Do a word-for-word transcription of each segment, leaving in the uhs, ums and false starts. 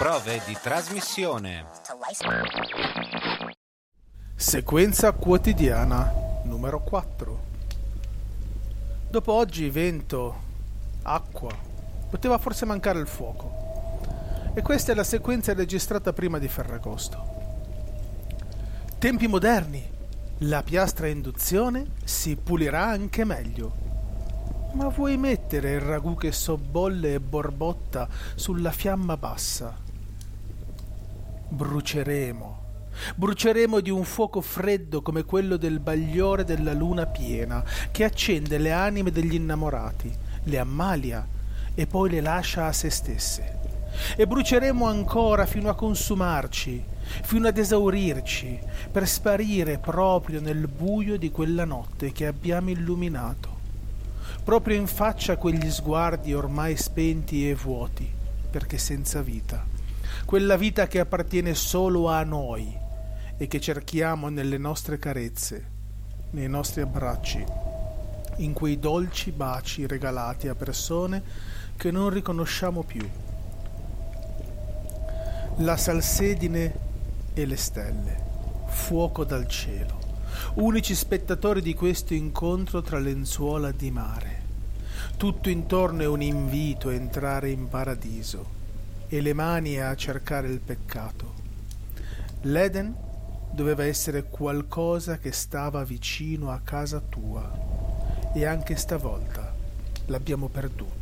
Prove di trasmissione. Sequenza quotidiana numero quattro. Dopo oggi vento, acqua, poteva forse mancare il fuoco. E questa è la sequenza registrata prima di Ferragosto. Tempi moderni, la piastra a induzione si pulirà anche meglio. Ma vuoi mettere il ragù che sobbolle e borbotta sulla fiamma bassa? Bruceremo. Bruceremo di un fuoco freddo come quello del bagliore della luna piena, che accende le anime degli innamorati, le ammalia e poi le lascia a se stesse. E bruceremo ancora fino a consumarci, fino ad esaurirci, per sparire proprio nel buio di quella notte che abbiamo illuminato, proprio in faccia a quegli sguardi ormai spenti e vuoti, perché senza vita, quella vita che appartiene solo a noi e che cerchiamo nelle nostre carezze, nei nostri abbracci, in quei dolci baci regalati a persone che non riconosciamo più. La salsedine e le stelle, fuoco dal cielo, unici spettatori di questo incontro tra lenzuola di mare. Tutto intorno è un invito a entrare in paradiso e le mani a cercare il peccato. L'Eden doveva essere qualcosa che stava vicino a casa tua e anche stavolta l'abbiamo perduto.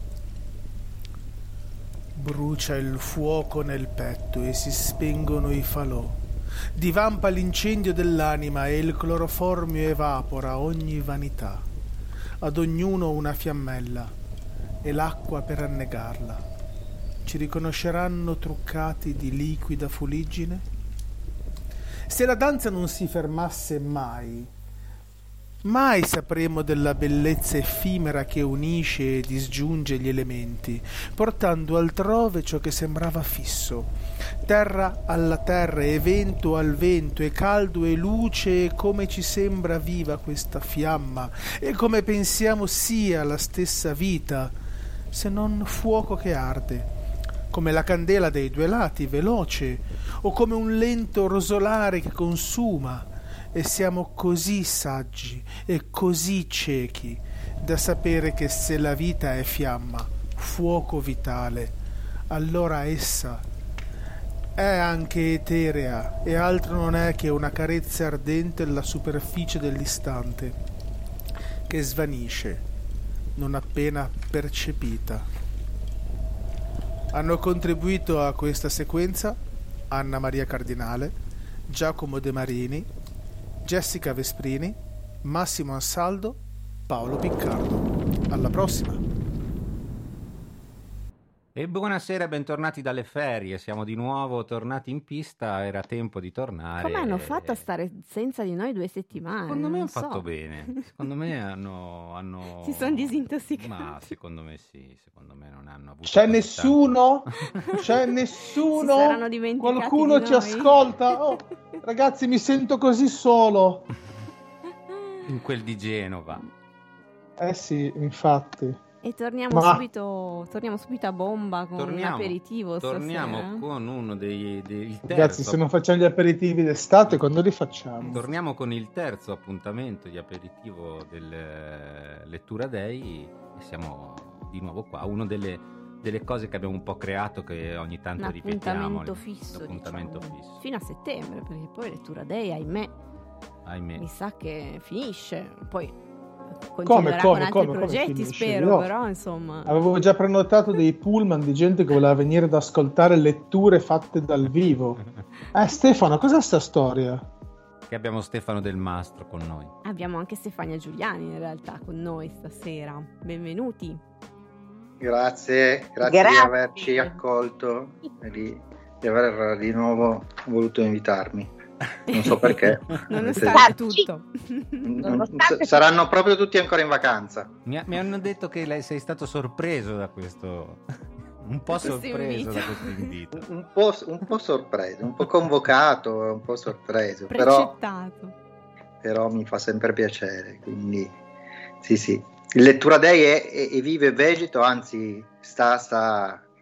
Brucia il fuoco nel petto e si spengono i falò. Divampa l'incendio dell'anima e il cloroformio evapora ogni vanità. Ad ognuno una fiammella e l'acqua per annegarla. Ci riconosceranno truccati di liquida fuliggine? Se la danza non si fermasse mai, mai sapremo della bellezza effimera che unisce e disgiunge gli elementi, portando altrove ciò che sembrava fisso, terra alla terra e vento al vento, e caldo e luce, e come ci sembra viva questa fiamma, e come pensiamo sia la stessa vita, se non fuoco che arde, come la candela dei due lati, veloce, o come un lento rosolare che consuma, e siamo così saggi e così ciechi da sapere che se la vita è fiamma, fuoco vitale, allora essa è anche eterea e altro non è che una carezza ardente alla superficie dell'istante, che svanisce non appena percepita. Hanno contribuito a questa sequenza Anna Maria Cardinale, Giacomo De Marini, Jessica Vesprini, Massimo Ansaldo, Paolo Piccardo. Alla prossima! E buonasera, bentornati dalle ferie, siamo di nuovo tornati in pista, era tempo di tornare. Come hanno fatto a stare senza di noi due settimane? Secondo me non hanno so. fatto bene, secondo me hanno... hanno... Si sono disintossicati. Ma secondo me sì, secondo me non hanno avuto... C'è nessuno? C'è nessuno? Si saranno dimenticati Qualcuno di ci noi. ascolta? Oh, ragazzi, mi sento così solo. In quel di Genova. Eh sì, infatti. E torniamo Ma- subito torniamo subito a bomba con Torniamo, un aperitivo torniamo stasera. con uno dei, dei il terzo. Ragazzi, se non facciamo gli aperitivi d'estate, quando li facciamo? Torniamo con il terzo appuntamento di aperitivo del eh, Lettura Day e siamo di nuovo qua, uno delle, delle cose che abbiamo un po' creato, che ogni tanto Un ripetiamo. appuntamento fisso, L'appuntamento diciamo. fisso. Fino a settembre, perché poi Lettura Day, ahimè, Ahimè. mi sa che finisce. Poi Come, continuerà come, con altri come, come progetti, finisce? spero, Io però insomma. avevo già prenotato dei pullman di gente che voleva venire ad ascoltare letture fatte dal vivo. Eh, Stefano, cos'è sta storia? Che abbiamo Stefano Del Mastro con noi. Abbiamo anche Stefania Giuliani in realtà con noi stasera. Benvenuti. Grazie, grazie, Grazie. di averci accolto e di, di aver di nuovo voluto invitarmi. Non so perché. Nonostante tutto. Non- s- saranno proprio tutti ancora in vacanza. Mi, ha- mi hanno detto che lei sei stato sorpreso da questo, un po' Questo sorpreso invito. da questo invito. Un, un po', un po' sorpreso, un po' convocato, un po' sorpreso, però, Precettato. però mi fa sempre piacere. Quindi sì, sì. Il Lettura Day è, è, è vivo e vegeto, anzi sta, sta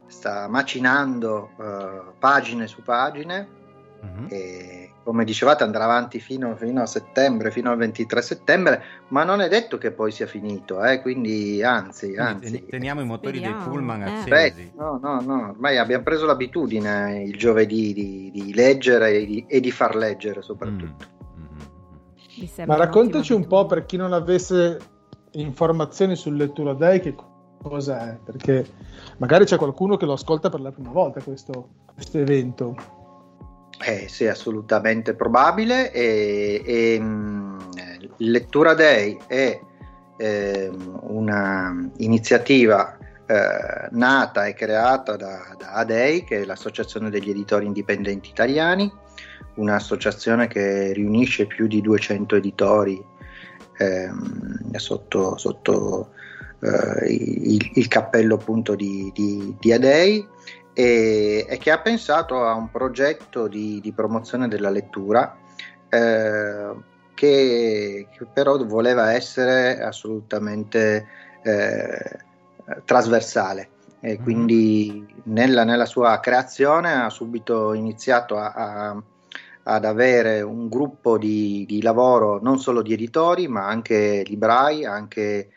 sta macinando uh, pagine su pagine, uh-huh. e come dicevate andrà avanti fino, fino a settembre, fino al ventitré settembre, ma non è detto che poi sia finito, eh? Quindi anzi, anzi teniamo i motori speriamo. dei pullman eh. accesi. No, no, no, ormai abbiamo preso l'abitudine il giovedì di, di leggere e di, e di far leggere soprattutto. Mm. Ma raccontaci un po', per chi non avesse informazioni sul Lettura Day, che cosa è, perché magari c'è qualcuno che lo ascolta per la prima volta questo, questo evento. Eh sì, assolutamente probabile. E, e, mh, Lettura Day è eh, una iniziativa eh, nata e creata da, da A D E I, che è l'Associazione degli Editori Indipendenti Italiani, un'associazione che riunisce più di duecento editori ehm, sotto, sotto eh, il, il cappello appunto di, di, di A D E I, e, e che ha pensato a un progetto di, di promozione della lettura eh, che, che però voleva essere assolutamente eh, trasversale, e quindi nella, nella sua creazione ha subito iniziato a, a ad avere un gruppo di, di lavoro non solo di editori, ma anche librai, anche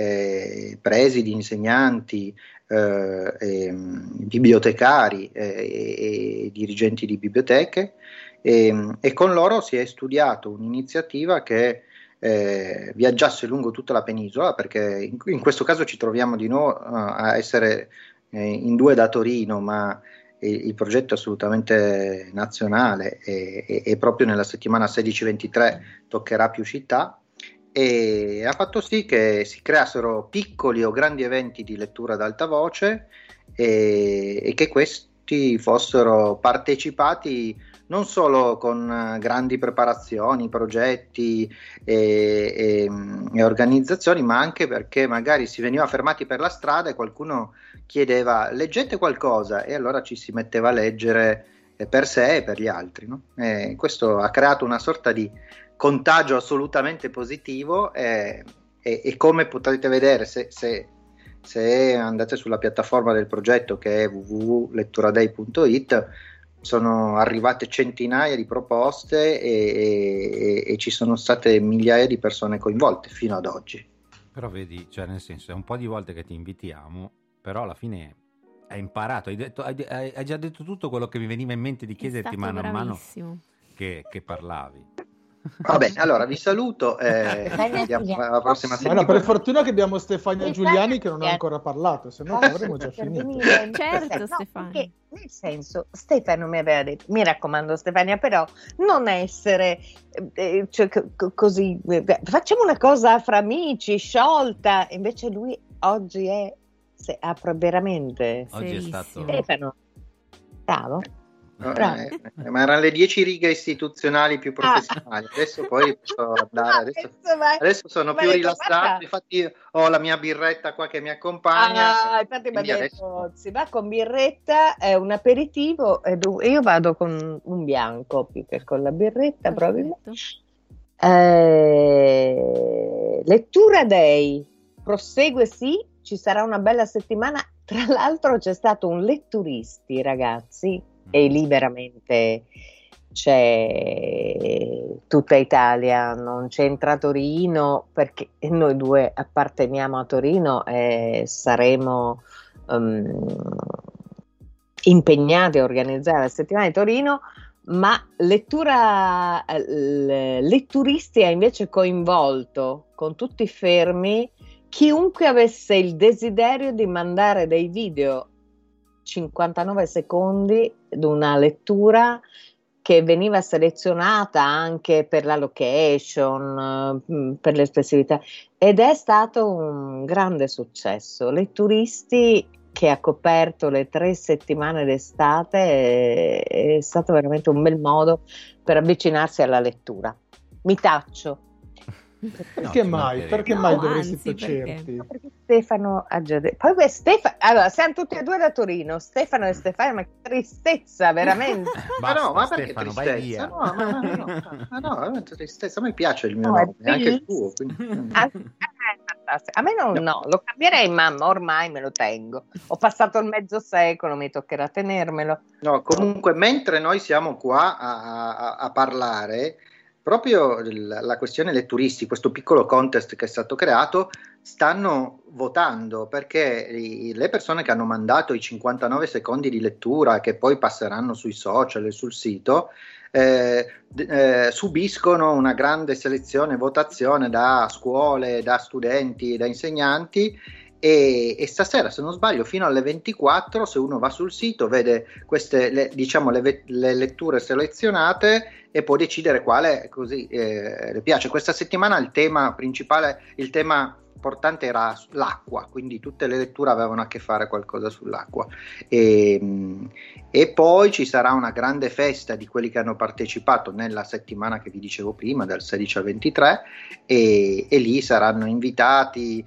eh, presidi, insegnanti, eh, e, bibliotecari eh, e, e dirigenti di biblioteche, e, e con loro si è studiato un'iniziativa che eh, viaggiasse lungo tutta la penisola, perché in, in questo caso ci troviamo di nuovo uh, a essere eh, in due da Torino, ma il progetto è assolutamente nazionale, e, e, e proprio nella settimana sedici ventitré toccherà più città, e ha fatto sì che si creassero piccoli o grandi eventi di lettura ad alta voce, e, e che questi fossero partecipati non solo con grandi preparazioni, progetti e, e, e organizzazioni, ma anche perché magari si veniva fermati per la strada e qualcuno chiedeva leggete qualcosa, e allora ci si metteva a leggere per sé e per gli altri, no? E questo ha creato una sorta di contagio assolutamente positivo, e, e, e come potete vedere se, se, se andate sulla piattaforma del progetto, che è w w w punto letturaday punto it, sono arrivate centinaia di proposte e, e, e ci sono state migliaia di persone coinvolte fino ad oggi. Però vedi, cioè nel senso, è un po' di volte che ti invitiamo, però alla fine hai imparato, hai, detto, hai, hai già detto tutto quello che mi veniva in mente di chiederti mano a mano che, che parlavi. Va bene, allora vi saluto, eh, alla prossima settimana. Per fortuna che abbiamo Stefania Giuliani che non ha ancora parlato, se no avremmo già finito. Certo, no, Stefania. Nel senso, Stefano mi aveva detto, mi raccomando Stefania, però non essere eh, cioè, c- così, eh, facciamo una cosa fra amici, sciolta, invece lui oggi è, se apre veramente. Oggi è stato... Stefano, bravo. No, eh, ma erano le dieci righe istituzionali più professionali, ah. adesso poi posso andare, adesso, adesso sono più rilassato, infatti io ho la mia birretta qua che mi accompagna. Ah, infatti mi ha detto adesso... si va con birretta, è un aperitivo, e io vado con un bianco più che con la birretta. Probabilmente. Eh, Lettura Day prosegue, sì, ci sarà una bella settimana, tra l'altro c'è stato un Letturisti, ragazzi, e lì veramente c'è tutta Italia, non c'entra Torino, perché noi due apparteniamo a Torino e saremo um, impegnati a organizzare la settimana di Torino, ma lettura l- Letturisti ha invece coinvolto, con tutti fermi, chiunque avesse il desiderio di mandare dei video cinquantanove secondi di una lettura che veniva selezionata anche per la location, per l'espressività, ed è stato un grande successo. Letturisti che ha coperto le tre settimane d'estate, è, è stato veramente un bel modo per avvicinarsi alla lettura. Mi taccio. Perché no, mai? Perché no, mai anzi, dovresti perché? piacerti? No, perché Stefano ha già detto. Poi Stefano, allora siamo tutti e due da Torino, Stefano e Stefano, ma che tristezza, veramente. Ma no, ma perché Stefano, vai tristezza? via. No, ma, ma, no, ma no, veramente tristezza. A me piace il mio No, è nome, e anche il tuo. bellissimo. Quindi... Ah, a me non, no, lo cambierei, ma ormai me lo tengo. Ho passato il mezzo secolo, mi toccherà tenermelo. No, comunque, mentre noi siamo qua a, a, a parlare, proprio la, la questione letturisti, questo piccolo contest che è stato creato, stanno votando, perché i, le persone che hanno mandato i cinquantanove secondi di lettura, che poi passeranno sui social e sul sito, eh, eh, subiscono una grande selezione, votazione da scuole, da studenti, da insegnanti. E, e stasera, se non sbaglio, fino alle ventiquattro, se uno va sul sito, vede queste le, diciamo le, le letture selezionate e può decidere quale così eh, le piace. Questa settimana il tema principale, il tema portante era l'acqua, quindi tutte le letture avevano a che fare qualcosa sull'acqua. E, e poi ci sarà una grande festa di quelli che hanno partecipato nella settimana che vi dicevo prima, dal sedici al ventitré, e, e lì saranno invitati.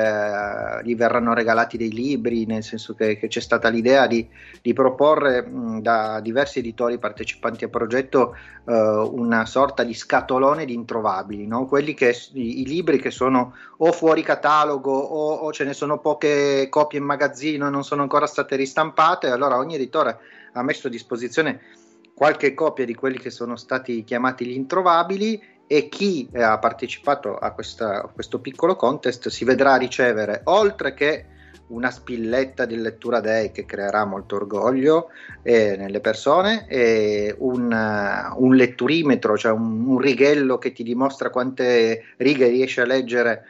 Eh, gli verranno regalati dei libri, nel senso che, che c'è stata l'idea di, di proporre mh, da diversi editori partecipanti al progetto eh, una sorta di scatolone di introvabili, no? Quelli che i, i libri che sono o fuori catalogo o, o ce ne sono poche copie in magazzino e non sono ancora state ristampate. Allora ogni editore ha messo a disposizione qualche copia di quelli che sono stati chiamati gli introvabili, e chi eh, ha partecipato a, questa, a questo piccolo contest si vedrà ricevere, oltre che una spilletta di lettura day che creerà molto orgoglio eh, nelle persone, e un, uh, un letturimetro, cioè un, un righello che ti dimostra quante righe riesci a leggere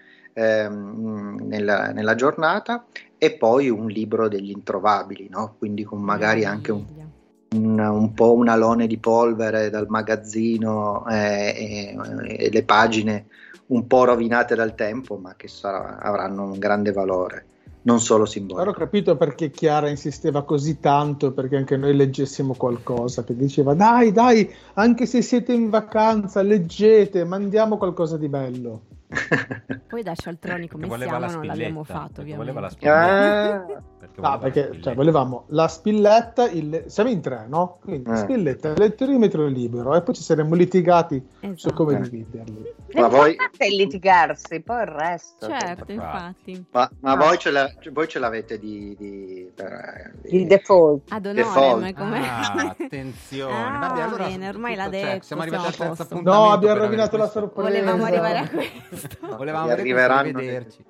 ehm, nella, nella giornata, e poi un libro degli introvabili, no? Quindi con magari anche un Un, un po' un alone di polvere dal magazzino eh, e, e le pagine un po' rovinate dal tempo, ma che sarà, avranno un grande valore, non solo simbolico. Ora ho capito perché Chiara insisteva così tanto perché anche noi leggessimo qualcosa, che diceva dai dai, anche se siete in vacanza leggete, mandiamo qualcosa di bello. Poi da cialtroni come Perché siamo voleva la non l'abbiamo spilletta, fatto, perché ovviamente. voleva la spilletta. Ah, Perché No, voleva la perché spilletta. cioè, volevamo la spilletta, il... siamo in tre, no? Quindi Eh. spilletta, il lettorimetro libero, e poi ci saremmo litigati su Esatto. come Eh. dividerli. Ma voi- L'importante è litigarsi, poi il resto. Certo, Infatti. infatti. ma, ma Ah. voi, ce la, voi ce l'avete di, di, per, di- Il default. Ad Default. honorem, come... Ah, attenzione. Ah, Vabbè, allora bene, ormai tutto l'ha c'è. detto, Siamo arrivati al siamo a terzo posto. appuntamento. No, abbiamo per avere rovinato la questo- sorpresa. Volevamo arrivare a questo. Volevamo Vi vedere arriveranno questo, rivederci.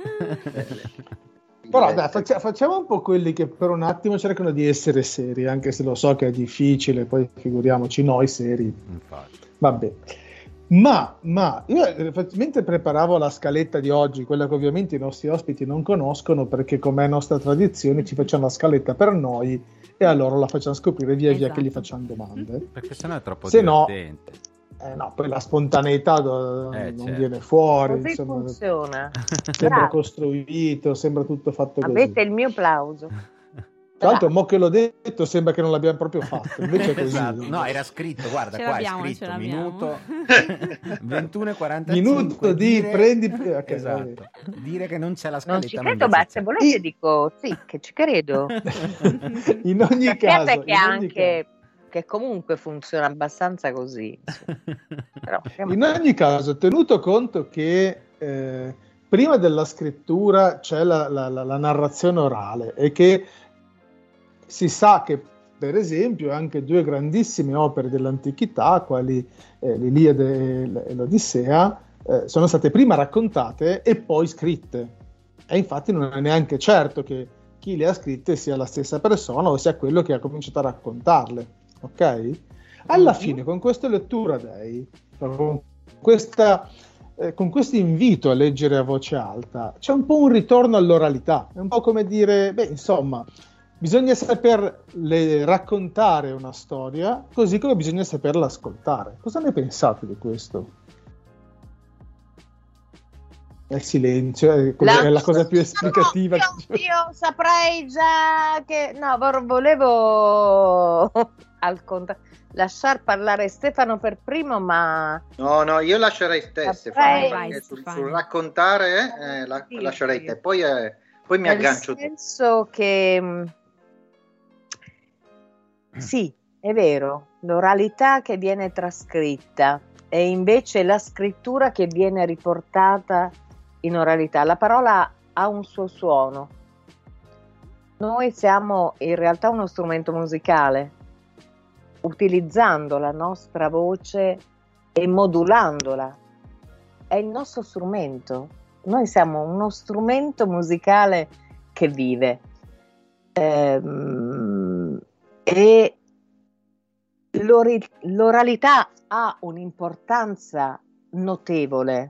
Però dai, faccia- facciamo un po' quelli che per un attimo cercano di essere seri, anche se lo so che è difficile, poi figuriamoci noi seri. Infatti. Vabbè. Ma, ma io eh, mentre preparavo la scaletta di oggi, quella che ovviamente i nostri ospiti non conoscono, perché com'è nostra tradizione ci facciamo la scaletta per noi e a loro la facciamo scoprire via via che gli Esatto. facciamo domande. Perché sennò è troppo Se no- divertente. Eh no, poi la spontaneità do- Eh, non certo. viene fuori, Così insomma, funziona. sembra Bravo. costruito, sembra tutto fatto così. Avete il mio plauso. Tra l'altro, mo che l'ho detto, sembra che non l'abbiamo proprio fatto. Invece è così. Esatto. No, era scritto, guarda Ce qua l'abbiamo, è ce scritto l'abbiamo. minuto ventuno e quarantacinque. Minuto di dire- prendi. ok, esatto. Dire che non c'è la Non scaletta. ci non credo, dice ma c'è. se volete dico sì, che ci credo. In ogni Sappiate caso, che in ogni anche che comunque funziona abbastanza così. Però, caso, in ogni caso, tenuto conto che eh, prima della scrittura c'è la, la- la- la narrazione orale e che si sa che, per esempio, anche due grandissime opere dell'antichità, quali eh, l'Iliade e l- e l'Odissea, eh, sono state prima raccontate e poi scritte. E infatti non è neanche certo che chi le ha scritte sia la stessa persona o sia quello che ha cominciato a raccontarle. Ok? Alla Mhm. fine, con questa lettura dei, con questa eh, con questo invito a leggere a voce alta, c'è un po' un ritorno all'oralità. È un po' come dire, beh, insomma, bisogna saper le- raccontare una storia, così come bisogna saperla ascoltare. Cosa ne pensate di questo? È il silenzio, è, la, è la cosa più esplicativa. No, io, io saprei già che... No, volevo al contrario lasciar parlare Stefano per primo, ma... No, no, io lascerei te, saprei... Stefano, vai, sul, sul raccontare eh, la, sì, lascerei te, poi, eh, poi mi nel aggancio tu. Nel senso che... Sì, è vero, l'oralità che viene trascritta e invece la scrittura che viene riportata in oralità. La parola ha un suo suono. Noi siamo in realtà uno strumento musicale, utilizzando la nostra voce e modulandola. È il nostro strumento. Noi siamo uno strumento musicale che vive. Ehm, e l'ori- l'oralità ha un'importanza notevole.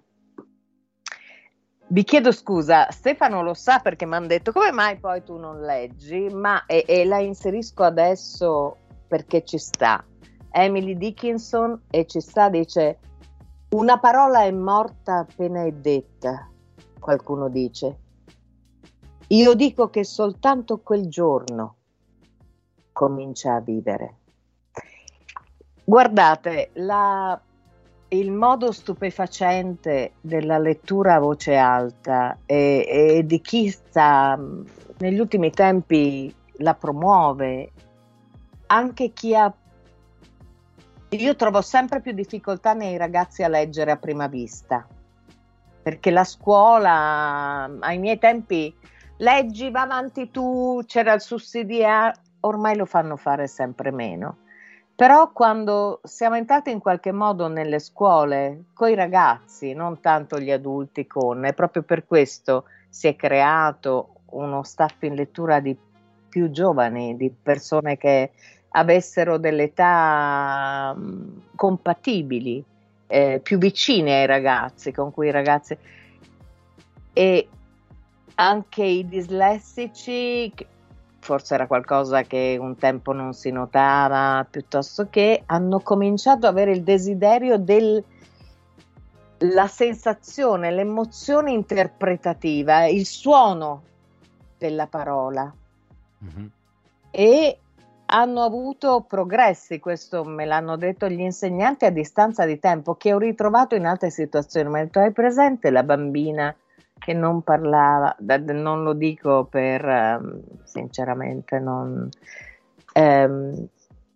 Vi chiedo scusa, Stefano lo sa perché mi hanno detto come mai poi tu non leggi, ma e, e la inserisco adesso perché ci sta. Emily Dickinson e ci sta, dice: una parola è morta appena è detta, qualcuno dice. Io dico che soltanto quel giorno comincia a vivere. Guardate, la... il modo stupefacente della lettura a voce alta e, e di chi sta negli ultimi tempi la promuove, anche chi ha... Io trovo sempre più difficoltà nei ragazzi a leggere a prima vista, perché la scuola, ai miei tempi, leggi, va avanti tu, c'era il sussidiario, ormai lo fanno fare sempre meno. Però quando siamo entrati in qualche modo nelle scuole coi ragazzi, non tanto gli adulti con, e proprio per questo si è creato uno staff in lettura di più giovani, di persone che avessero delle età mh, compatibili, eh, più vicine ai ragazzi, con cui i ragazzi... E anche i dislessici... forse era qualcosa che un tempo non si notava, piuttosto che hanno cominciato ad avere il desiderio del la sensazione, l'emozione interpretativa, il suono della parola. Mm-hmm. E hanno avuto progressi, questo me l'hanno detto gli insegnanti a distanza di tempo, che ho ritrovato in altre situazioni. Ma tu hai presente la bambina che non parlava, non lo dico per um, sinceramente non um,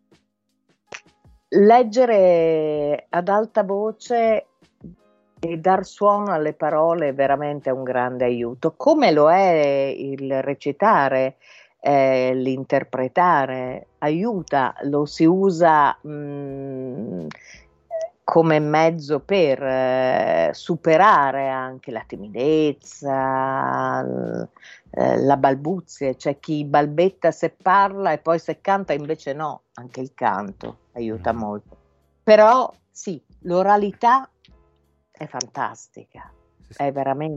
leggere ad alta voce e dar suono alle parole è veramente un grande aiuto, come lo è il recitare, eh, l'interpretare, aiuta, lo si usa mh, come mezzo per eh, superare anche la timidezza, l- eh, la balbuzie. C'è chi balbetta se parla e poi se canta invece no, anche il canto aiuta molto. Però sì, l'oralità è fantastica, è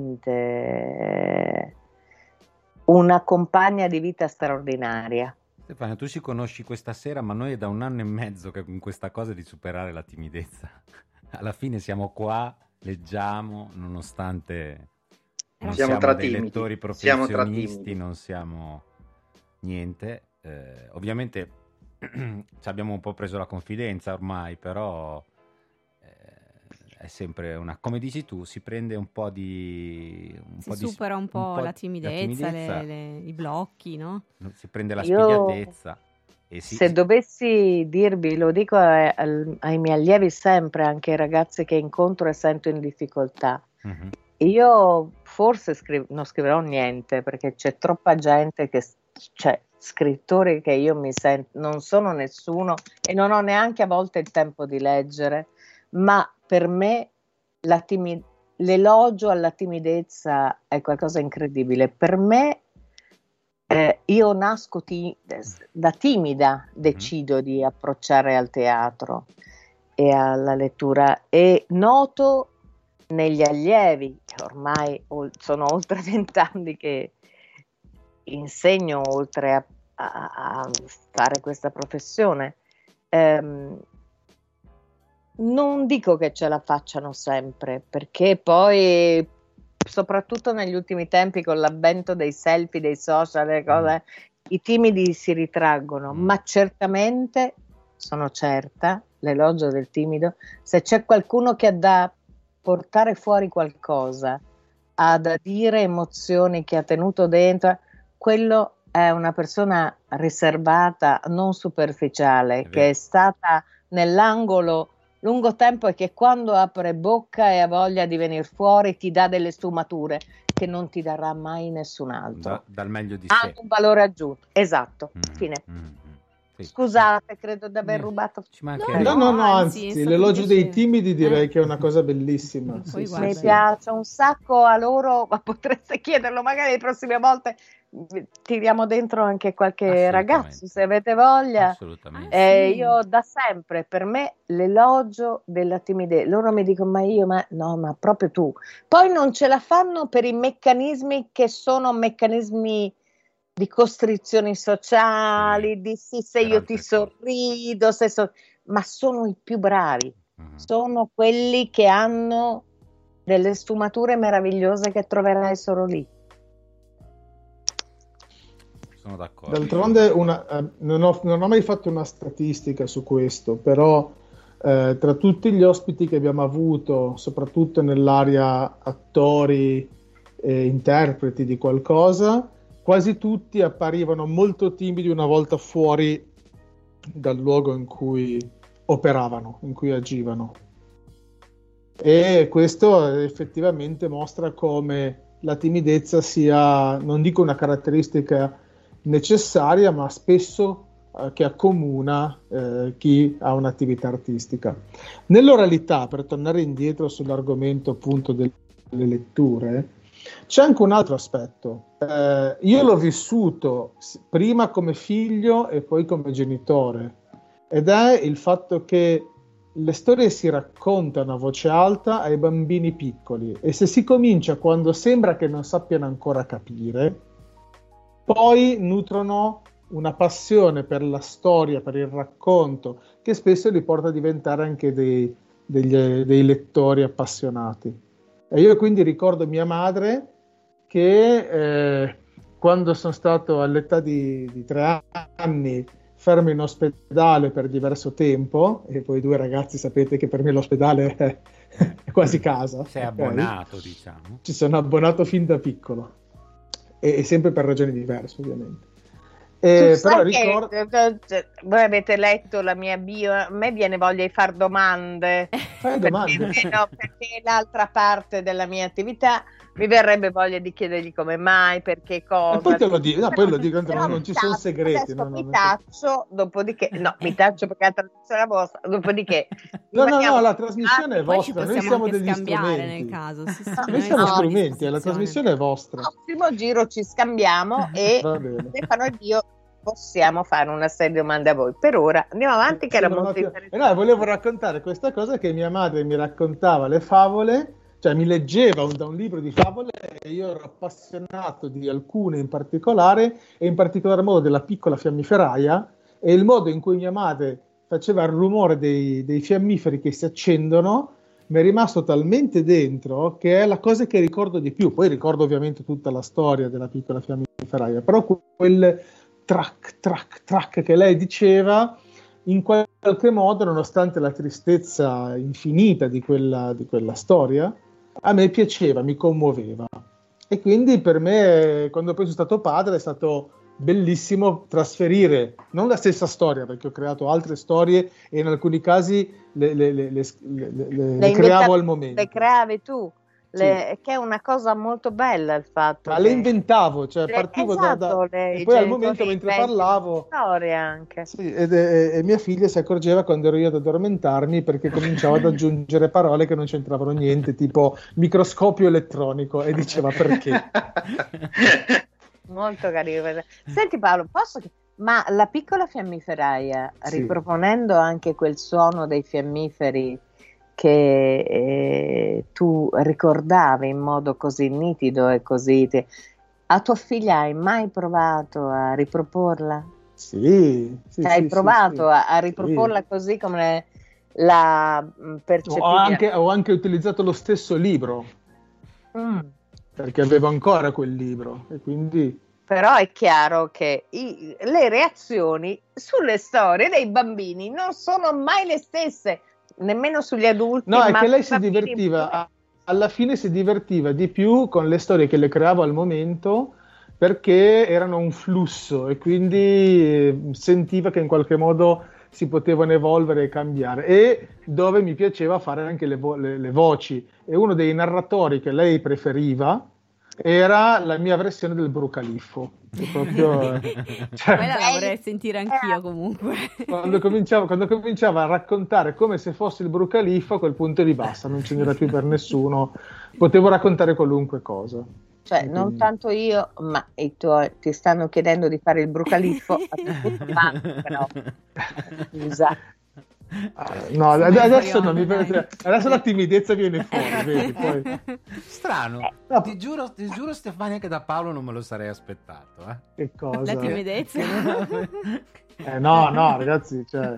veramente una compagna di vita straordinaria. Stefano, tu ci conosci questa sera, ma noi è da un anno e mezzo che con questa cosa di superare la timidezza. Alla fine siamo qua, leggiamo, nonostante non siamo, siamo dei timidi. lettori professionisti, siamo non siamo niente. Eh, ovviamente ci abbiamo un po' preso la confidenza ormai, però eh, è sempre una, come dici tu, si prende un po' di... Un si po' supera di, un po', un po la timidezza, la timidezza le, le, i blocchi, no? Si prende la Io, spigliatezza. E si... Se dovessi dirvi, lo dico ai, ai miei allievi sempre, anche ai ragazzi che incontro e sento in difficoltà, uh-huh. Io forse scriv- non scriverò niente, perché c'è troppa gente che... Cioè, scrittori che io mi sento, non sono nessuno e non ho neanche a volte il tempo di leggere, ma per me la timid- l'elogio alla timidezza è qualcosa di incredibile. Per me eh, io nasco ti- da timida, decido mm-hmm. di approcciare al teatro e alla lettura e noto negli allievi, che ormai sono oltre vent'anni che insegno, oltre a, a, a fare questa professione, ehm, non dico che ce la facciano sempre, perché poi soprattutto negli ultimi tempi con l'avvento dei selfie, dei social, le cose, i timidi si ritraggono, ma certamente, sono certa, l'elogio del timido, se c'è qualcuno che ha da portare fuori qualcosa, ha da dire emozioni che ha tenuto dentro, quello è una persona riservata, non superficiale, è che è stata nell'angolo lungo tempo e che quando apre bocca e ha voglia di venire fuori ti dà delle sfumature che non ti darà mai nessun altro. Da, dal meglio di ha sé. un valore aggiunto. Esatto, Mm, fine. mm, mm. Sì. Scusate, credo di aver Eh, rubato. ci mancherebbe. No, no, no, anzi, anzi, è stato l'elogio dei piacere. timidi direi Eh. che è una cosa bellissima. Poi Sì, sì, guarda. Mi sì. piace un sacco a loro, ma potreste chiederlo magari le prossime volte. Tiriamo dentro anche qualche Assolutamente. ragazzo se avete voglia. Assolutamente. Eh, Sì. io da sempre, per me, l'elogio della timidezza. Loro mi dicono, ma io, ma no, ma proprio tu. Poi non ce la fanno per i meccanismi che sono meccanismi di costrizioni sociali, Sì, di sì, se per io altre ti cose. sorrido, se so- ma sono i più bravi. Mhm. Sono quelli che hanno delle sfumature meravigliose che troverai solo lì. Sono d'accordo. D'altronde sono una- d'accordo. eh, non ho, non ho mai fatto una statistica su questo, però eh, tra tutti gli ospiti che abbiamo avuto, soprattutto nell'area attori e interpreti di qualcosa, quasi tutti apparivano molto timidi una volta fuori dal luogo in cui operavano, in cui agivano. E questo effettivamente mostra come la timidezza sia, non dico una caratteristica necessaria, ma spesso eh, che accomuna eh, chi ha un'attività artistica. Nell'oralità, per tornare indietro sull'argomento appunto del- delle letture, c'è anche un altro aspetto. Eh, io l'ho vissuto s- prima come figlio e poi come genitore, ed è il fatto che le storie si raccontano a voce alta ai bambini piccoli e se si comincia quando sembra che non sappiano ancora capire, poi nutrono una passione per la storia, per il racconto, che spesso li porta a diventare anche dei, degli- dei lettori appassionati. E io quindi ricordo mia madre che eh, quando sono stato all'età di, di tre anni fermo in ospedale per diverso tempo, e voi due ragazzi sapete che per me l'ospedale è, è quasi casa. Sei ok? abbonato, diciamo. Ci sono abbonato fin da piccolo, e, e sempre per ragioni diverse ovviamente. Eh, Tu però sai che ricordo... eh, eh, voi avete letto la mia bio, a me viene voglia di fare domande, Fai perché, domande. no, perché l'altra parte della mia attività mi verrebbe voglia di chiedergli come mai, perché cosa. E poi te lo dico, no, poi lo dico, Però non, non mi ci sono taccio, segreti. adesso no, no, mi non c'è- taccio, dopodiché, no, mi taccio perché la traduzione è vostra, dopodiché No, no, rimaniamo no, la trasmissione è Poi ci vostra, noi possiamo siamo anche degli scambiare strumenti. nel caso. Sì, sì, Ah, Noi siamo no, strumenti, la disposizione. trasmissione è vostra. prossimo giro ci scambiamo e Va bene. Stefano ed io possiamo fare una serie di domande a voi. Per ora andiamo avanti, che Sì, era non ho molto ti- interessante. eh no, volevo raccontare questa cosa, che mia madre mi raccontava le favole, cioè mi leggeva un, da un libro di favole, e io ero appassionato di alcune in particolare, e in particolar modo della piccola fiammiferaia, e il modo in cui mia madre faceva il rumore dei, dei fiammiferi che si accendono mi è rimasto talmente dentro che è la cosa che ricordo di più. Poi ricordo ovviamente tutta la storia della piccola fiammiferaia, però quel track, track, track che lei diceva, in qualche modo, nonostante la tristezza infinita di quella, di quella storia, a me piaceva, mi commuoveva. E quindi per me, quando poi sono stato padre, è stato bellissimo trasferire non la stessa storia, perché ho creato altre storie e in alcuni casi le, le, le, le, le, le, le Le creavo inventa- al momento. Le creavi tu, le- che è una cosa molto bella il fatto. Ma che- le inventavo, cioè le- partivo da, da- esatto, le- e i poi al genitori momento mentre inventano parlavo, storie anche. sì, ed- e, e mia figlia si accorgeva quando ero io ad addormentarmi, perché cominciavo ad aggiungere parole che non c'entravano niente, tipo microscopio elettronico, e diceva perché. Molto carino. Senti Paolo, posso che- ma la piccola fiammiferaia, Sì. riproponendo anche quel suono dei fiammiferi che eh, tu ricordavi in modo così nitido e così te- a tua figlia hai mai provato a riproporla? Sì, sì, Cioè, hai sì, provato sì, a, a sì. riproporla così come la mh, percepivi? Ho anche, ho anche utilizzato lo stesso libro. Mm. perché avevo ancora quel libro e quindi... Però è chiaro che i, le reazioni sulle storie dei bambini non sono mai le stesse, nemmeno sugli adulti. No, è ma che lei si bambini... divertiva, alla fine si divertiva di più con le storie che le creavo al momento, perché erano un flusso e quindi sentiva che in qualche modo si potevano evolvere e cambiare, e dove mi piaceva fare anche le, vo- le, le voci. E uno dei narratori che lei preferiva era la mia versione del Brucaliffo. Proprio, cioè, quella la vorrei sentire anch'io comunque. Quando cominciava, quando cominciava a raccontare come se fosse il Brucaliffo, a quel punto di basta, non ce n'era più per nessuno, potevo raccontare qualunque cosa. Cioè, quindi... non tanto io, ma i tuoi ti stanno chiedendo di fare il Brucaliffo, a tutto fatto, però scusa. Uh, no, adesso non mi piace, adesso la timidezza viene fuori, vedi, poi. Strano, eh, no. ti, giuro, ti giuro Stefania che da Paolo non me lo sarei aspettato, eh. Che cosa? La timidezza? Eh, no, no, ragazzi, cioè,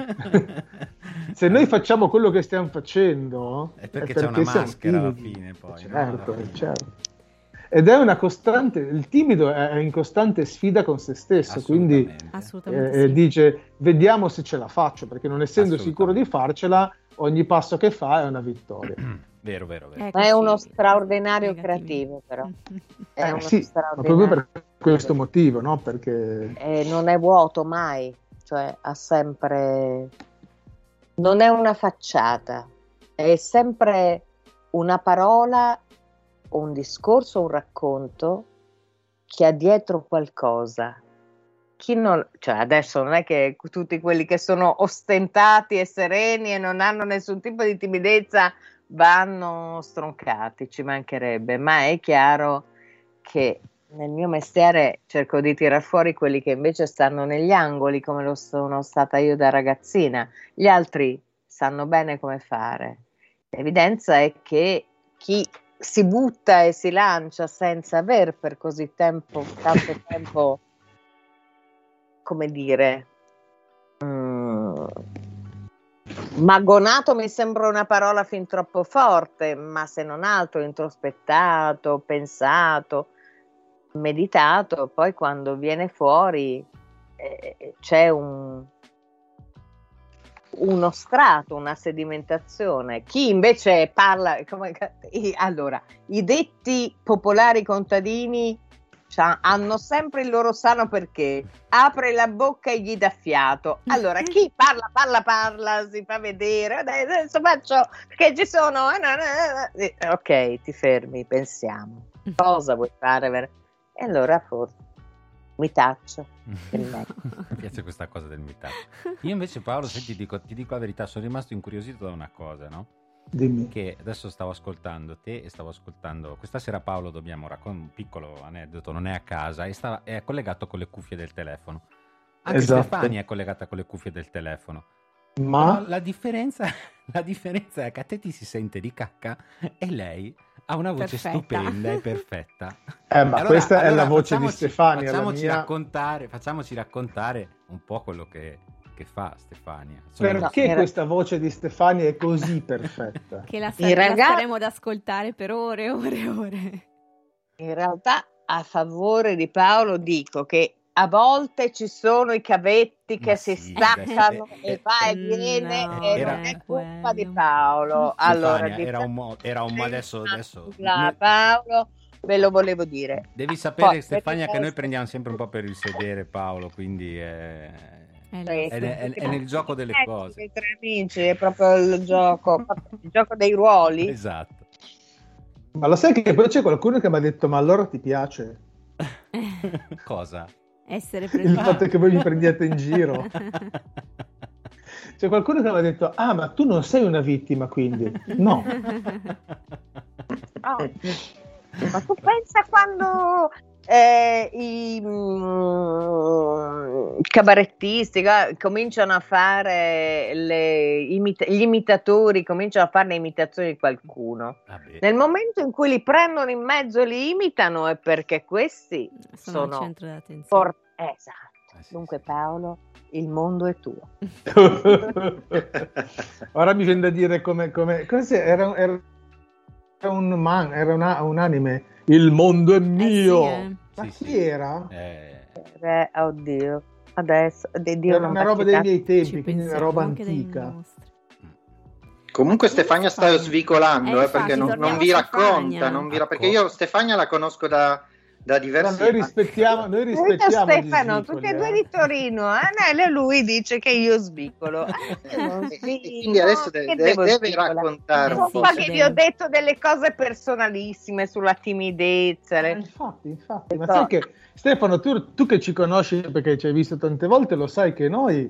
se noi facciamo quello che stiamo facendo è perché, è perché c'è una maschera alla fine, poi, certo, no? certo. Ed è una costante, il timido è in costante sfida con se stesso, quindi Assolutamente eh, sì. dice vediamo se ce la faccio, perché non essendo sicuro di farcela, ogni passo che fa è una vittoria. Vero, vero, vero. Ma è uno straordinario creativo, però. È Eh, uno sì, ma proprio per questo motivo, no? Perché e non è vuoto mai, cioè ha sempre, non è una facciata, è sempre una parola, un discorso, un racconto che ha dietro qualcosa. Chi non, cioè adesso non è che tutti quelli che sono ostentati e sereni e non hanno nessun tipo di timidezza vanno stroncati, ci mancherebbe, ma è chiaro che nel mio mestiere cerco di tirar fuori quelli che invece stanno negli angoli, come lo sono stata io da ragazzina. Gli altri sanno bene come fare. L'evidenza è che chi si butta e si lancia senza aver per così tempo, tanto tempo, come dire, mm, magonato mi sembra una parola fin troppo forte, ma se non altro introspettato, pensato, meditato, poi quando viene fuori eh, c'è un uno strato, una sedimentazione. Chi invece parla, come, allora, i detti popolari contadini cioè, hanno sempre il loro sano perché, apre la bocca e gli dà fiato. Allora, chi parla, parla, parla, si fa vedere, adesso faccio, perché ci sono, ok, ti fermi, pensiamo, cosa vuoi fare? E allora forse mi taccio. Mi piace questa cosa del mi taccio. Io invece Paolo, senti, ti dico, ti dico la verità, sono rimasto incuriosito da una cosa, no? Dimmi. Che adesso stavo ascoltando te e stavo ascoltando questa sera Paolo, dobbiamo raccontare un piccolo aneddoto, non è a casa, e sta, è collegato con le cuffie del telefono. Anche esatto. Stefania è collegata con le cuffie del telefono. Ma Però la differenza, la differenza è che a te ti si sente di cacca e lei ha una voce perfetta. Stupenda e perfetta. Eh, ma allora, questa allora è la voce di Stefania. Facciamoci, la mia... raccontare, facciamoci raccontare un po' quello che, che fa Stefania. Sono Perché no, questa voce di Stefania è così perfetta? Che la, sa- ragazzi... la staremo ad ascoltare per ore e ore e ore. In realtà, a favore di Paolo, dico che a volte ci sono i cavetti che Ma si sì, staccano eh, e va e viene no, e era- non è colpa quello. di Paolo. Stefania, allora, era un diciamo- mo- era un mo- adesso, adesso La Paolo, ve lo volevo dire. devi sapere Poi, Stefania per che il noi resto- prendiamo sempre un po' per il sedere Paolo, quindi è, Eh, Sì, è, è- è nel gioco delle Eh, cose. i tre amici, è proprio il gioco, il gioco dei ruoli. Esatto. Ma lo sai che poi c'è qualcuno che mi ha detto ma allora ti piace? Cosa? essere Il presente. fatto che voi mi prendiate in giro. C'è qualcuno che mi ha detto ah ma tu non sei una vittima quindi. No. Oh. Ma tu pensa quando eh, i mm, cabarettisti eh, cominciano a fare le imita- gli imitatori cominciano a fare le imitazioni di qualcuno, Vabbè. nel momento in cui li prendono in mezzo e li imitano è perché questi Sono al sono centro dell'attenzione. for- esatto. Eh sì, Dunque sì. Paolo, il mondo è tuo. Ora mi viene da dire come, come cos'è? Era, era un man, era una, un anime, Il mondo è mio. Eh sì, eh. Ma Sì, chi sì. era? Eh, Eh, oddio, adesso di Dio Era non una roba dei baciate. miei tempi, Ci quindi una pensiamo roba anche dei antica. nostri. Comunque Ma Stefania sta Stefania? svicolando, Eh, eh, perché infatti, non, torniamo non vi a racconta, Stefania. non vi ra- perché io Stefania la conosco da, da Però diversi noi anni. rispettiamo, noi Vedo rispettiamo gli Stefano, svicoli, tutti e eh. due di Torino, eh? E lui dice che io svicolo. Eh, io non E- e svicolo, quindi adesso de- che de- devo deve svicolare? raccontare un po'. Insomma, sì, che vi deve. ho detto delle cose personalissime sulla timidezza. Eh, le- infatti, infatti, ma No. sai che Stefano, tu, tu che ci conosci perché ci hai visto tante volte, lo sai che noi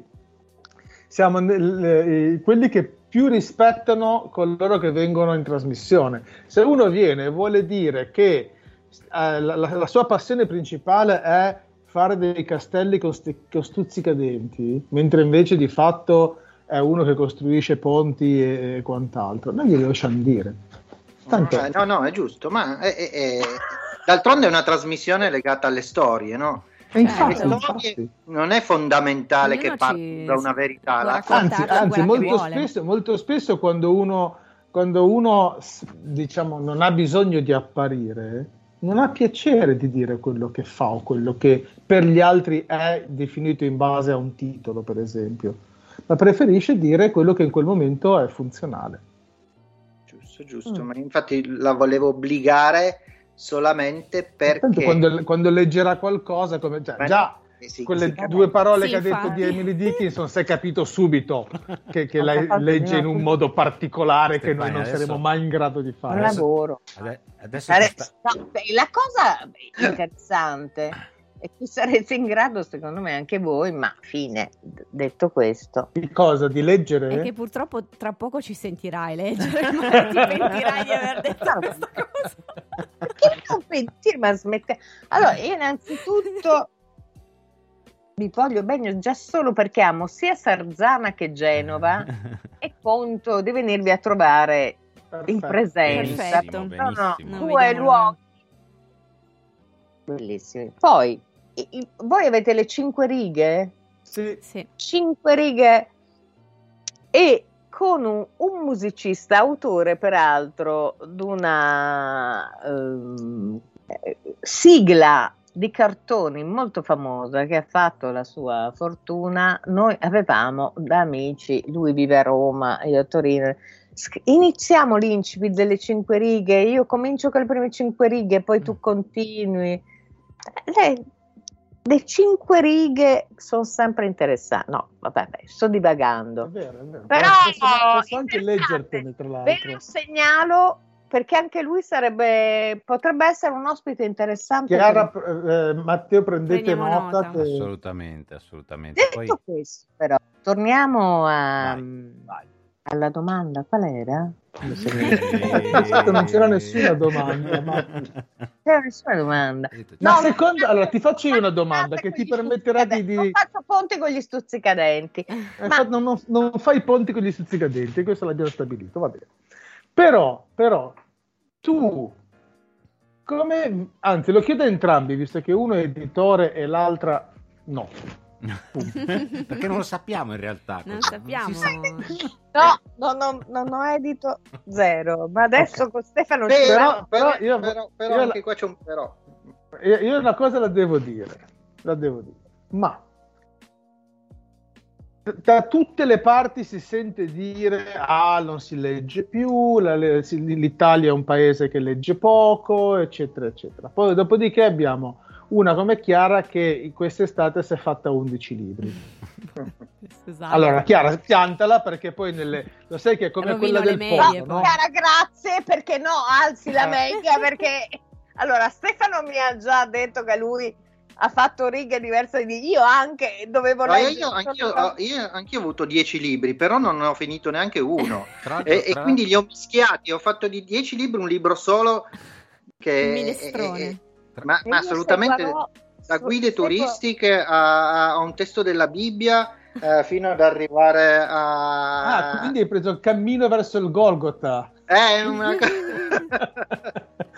siamo nel- eh, quelli che più rispettano coloro che vengono in trasmissione. Se uno viene e vuole dire che eh, la, la- la sua passione principale è fare dei castelli con, sti- con stuzzicadenti, mentre invece di fatto è uno che costruisce ponti e, e quant'altro, noi glielo lasciamo dire. Tanto Eh, no, no, è giusto, ma è- è- è- d'altronde è una trasmissione legata alle storie, no? E infatti, Le storie infatti. non è fondamentale Ognuno che partono ci- da una verità. può la- raccontare Anzi, quella anzi che molto, vuole. spesso, molto spesso quando uno, quando uno s- diciamo, non ha bisogno di apparire, non ha piacere di dire quello che fa o quello che per gli altri è definito in base a un titolo, per esempio, ma preferisce dire quello che in quel momento è funzionale. Giusto, giusto, Mm. ma infatti la volevo obbligare solamente Tanto perché... quando, quando leggerà qualcosa, come già, Beh, già eh sì, quelle sì, due parole Sì, che ha detto infatti. di Emily Dickinson, si è capito subito che, che Ho lei capito, legge in no, un sì. modo particolare che noi Stefania, non adesso- saremo mai in grado di Un fare. Adesso- lavoro. ade- adesso Sare- ti sta- no, beh, la cosa interessante è che sarete in grado, secondo me, anche voi, ma fine, d- detto questo. Di cosa? Di leggere? È che purtroppo tra poco ci sentirai leggere, ma ti pentirai di aver detto questa cosa. Perché non pentire, ma smette... Allora, io innanzitutto vi voglio bene già solo perché amo sia Sarzana che Genova e conto di venirvi a trovare in Perfetto. presenza. Perfetto. Sono Benissimo. Non due vediamo luoghi bellissimi. Poi, i- i- voi avete le cinque righe? Sì. Sì. Cinque righe e con un, un musicista, autore peraltro di una ehm, eh, sigla di cartoni molto famosa che ha fatto la sua fortuna. Noi avevamo da amici, lui vive a Roma, io a Torino. Sc- iniziamo l'incipit delle cinque righe, io comincio con le prime cinque righe, poi tu continui. Le, le cinque righe sono sempre interessanti. No, vabbè, beh, sto divagando. È vero, è vero. Però posso, posso anche interessante. leggertene, tra Ve l'altro. lo segnalo perché anche lui sarebbe potrebbe essere un ospite interessante. Chiara, eh, Matteo, prendete Prendiamo nota. nota. Che... Assolutamente, assolutamente. Detto Poi, questo, però, torniamo a, Vai, vai. alla domanda. Qual era? Esatto, non c'era nessuna domanda, ma- C'era nessuna domanda. Ma No, secondo- non- allora, ti faccio io una non domanda fate che ti con gli permetterà di- stuzzicadenti. di- Non faccio ponti con gli stuzzicadenti. Eh, Ma- fa- non, non- non fai ponti con gli stuzzicadenti, questo l'abbiamo stabilito, va bene. Però, però, tu, come, anzi, lo chiedo a entrambi, visto che uno è editore e l'altra no. Perché non lo sappiamo in realtà. Non cosa. sappiamo. si sa. No, no, no, non ho edito zero, ma adesso Ok. con Stefano ci Però, Però- però, io- però, però io anche la- qua c'è un però. Io, io una cosa la devo dire, la devo dire, ma da tutte le parti si sente dire ah non si legge più, la- le- si- l'Italia è un paese che legge poco, eccetera eccetera. Poi dopodiché abbiamo una come Chiara che in quest'estate si è fatta undici libri. Scusate. Allora Chiara, piantala perché poi nelle, lo sai che è come Rovino quella del le porno, medie, no? Chiara, grazie, perché no, alzi la Eh. media, perché allora Stefano mi ha già detto che lui ha fatto righe diverse di io anche dovevo No, io, leggere io, anch'io, ho- io anch'io ho avuto dieci libri, però non ne ho finito neanche uno. Tra l'altro- e, e tra- quindi li ho mischiati, ho fatto di dieci libri un libro solo che Un minestrone. è- è- ma, E ma io assolutamente seguirò- da guide seguo- turistiche a, a un testo della Bibbia eh, fino ad arrivare a Ah, quindi hai preso il cammino verso il Golgotha. è una co-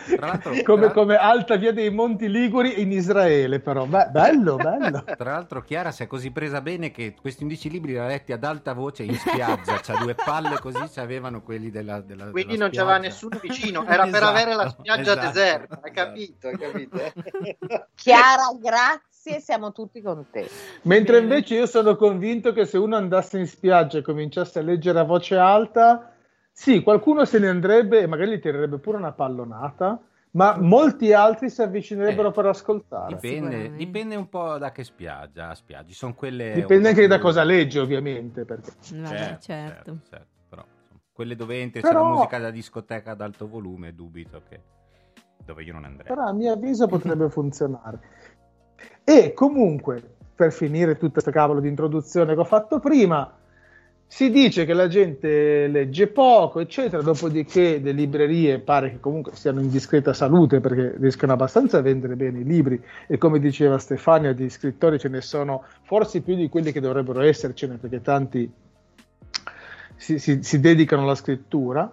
Tra l'altro, come, tra... come alta via dei Monti Liguri in Israele, però Beh, bello, bello. Tra l'altro Chiara si è così presa bene che questi undici libri li ha letti ad alta voce in spiaggia, c'ha due palle così, c'avevano quelli della, della quindi della non spiaggia. c'aveva nessuno vicino, era Esatto, per avere la spiaggia esatto, deserta, hai esatto. capito, hai capito? Chiara, grazie, siamo tutti con te. Mentre Bene. invece io sono convinto che se uno andasse in spiaggia e cominciasse a leggere a voce alta, sì, qualcuno se ne andrebbe e magari gli tirerebbe pure una pallonata, ma molti altri si avvicinerebbero Eh, per ascoltare. Dipende, Sicuramente. dipende un po' da che spiaggia, spiaggi sono quelle un Dipende po' anche più- da cosa legge, ovviamente. Perché... Vabbè, certo, certo. certo, certo, però insomma, quelle dove entri Però- c'è la musica da discoteca ad alto volume, dubito che dove io non andrei. Però a mio avviso potrebbe funzionare. E comunque, per finire tutto questo cavolo di introduzione che ho fatto prima, si dice che la gente legge poco, eccetera, dopodiché le librerie pare che comunque siano in discreta salute perché riescono abbastanza a vendere bene i libri e come diceva Stefania, di scrittori ce ne sono forse più di quelli che dovrebbero essercene perché tanti si, si, si dedicano alla scrittura,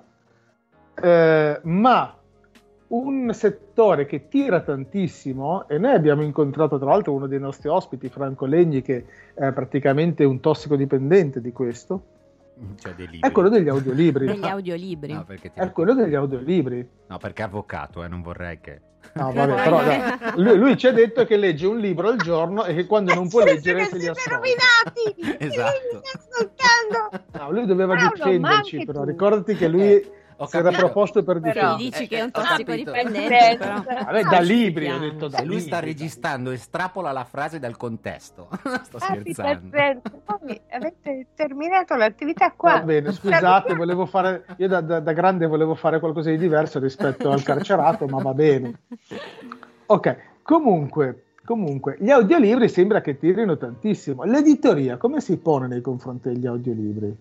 eh, ma un settore che tira tantissimo, e noi abbiamo incontrato tra l'altro uno dei nostri ospiti, Franco Legni, che è praticamente un tossicodipendente di questo, Cioè dei libri. è quello degli audiolibri. Degli audiolibri. No, perché ti È quello degli audiolibri. No, perché è avvocato, eh, non vorrei che... No, vabbè, però dai, lui, lui ci ha detto che legge un libro al giorno e che quando non può leggere se li ascolta. rovinati! Esatto. Mi sta ascoltando! No, lui doveva Paolo, ma difenderci, anche però tu. ricordati che lui Ho si era capito. proposto per Però- Quindi difendere. dici che è un Eh, ho capito. tossicodipendente, però. Vabbè, da libri, ho detto da Se lui sta libri. registrando, estrapola la frase dal contesto. Sto Ah, sì, scherzando. perfetto. Poi avete terminato l'attività qua. Va bene, scusate, volevo fare, io da, da- da grande volevo fare qualcosa di diverso rispetto al carcerato, ma va bene. Ok, comunque, comunque, gli audiolibri sembra che tirino tantissimo. L'editoria come si pone nei confronti degli audiolibri?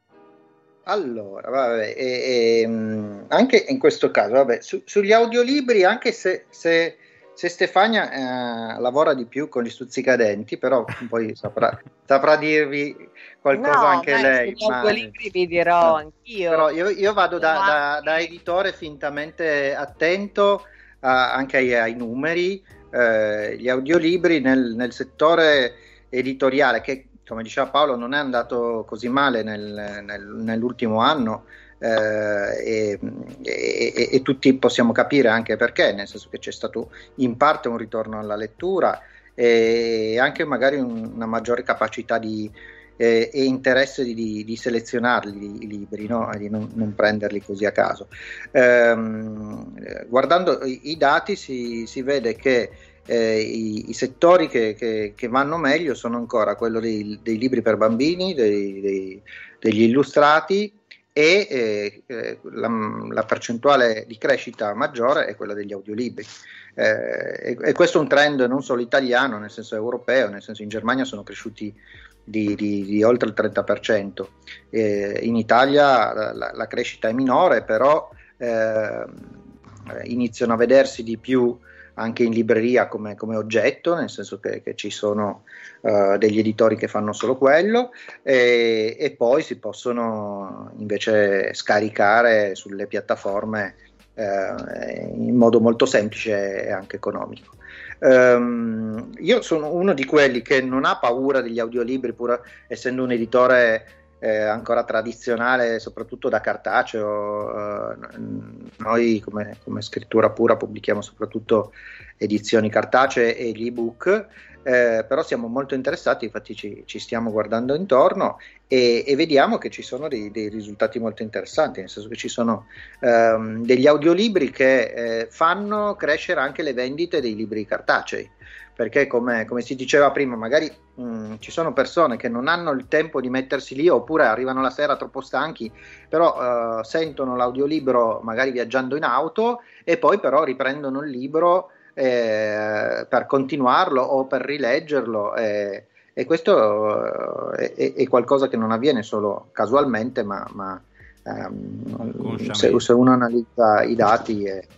Allora, vabbè, e, e, mh, anche in questo caso, vabbè, su- sugli audiolibri, anche se, se, se Stefania eh, lavora di più con gli stuzzicadenti, però poi saprà, saprà dirvi qualcosa No, anche ma lei. sugli ma- audiolibri vi dirò no, anch'io. Però io, io vado da, Ma- da- da editore fintamente attento a- anche ai, ai numeri. Eh, gli audiolibri nel, nel settore editoriale, che come diceva Paolo non è andato così male nel- nel- nell'ultimo anno, eh, e, e- e tutti possiamo capire anche perché, nel senso che c'è stato in parte un ritorno alla lettura e anche magari un- una maggiore capacità di, eh, e interesse di, di- di selezionarli i libri, no? E di non, non prenderli così a caso. Ehm, eh, guardando i, i dati si, si vede che eh, i, i settori che, che- che vanno meglio sono ancora quello dei, dei libri per bambini, dei- dei- degli illustrati e eh, eh, la, la percentuale di crescita maggiore è quella degli audiolibri. Eh, e, e questo è un trend non solo italiano, nel senso europeo, nel senso in Germania sono cresciuti di, di- di oltre il trenta per cento. Eh, in Italia la, la- la crescita è minore, però eh, iniziano a vedersi di più anche in libreria come, come oggetto, nel senso che, che ci sono eh, degli editori che fanno solo quello e, e poi si possono invece scaricare sulle piattaforme eh, in modo molto semplice e anche economico. Um, io sono uno di quelli che non ha paura degli audiolibri, pur essendo un editore eh, ancora tradizionale, soprattutto da cartaceo. Eh, noi come, come scrittura pura pubblichiamo soprattutto edizioni cartacee e gli ebook, eh, però siamo molto interessati, infatti ci, ci stiamo guardando intorno e, e vediamo che ci sono dei, dei risultati molto interessanti, nel senso che ci sono ehm, degli audiolibri che eh, fanno crescere anche le vendite dei libri cartacei, perché come, come si diceva prima, magari mh, ci sono persone che non hanno il tempo di mettersi lì oppure arrivano la sera troppo stanchi, però eh, sentono l'audiolibro magari viaggiando in auto e poi però riprendono il libro eh, per continuarlo o per rileggerlo eh, e questo eh, è, è qualcosa che non avviene solo casualmente, ma, ma ehm, se, se uno analizza i dati eh,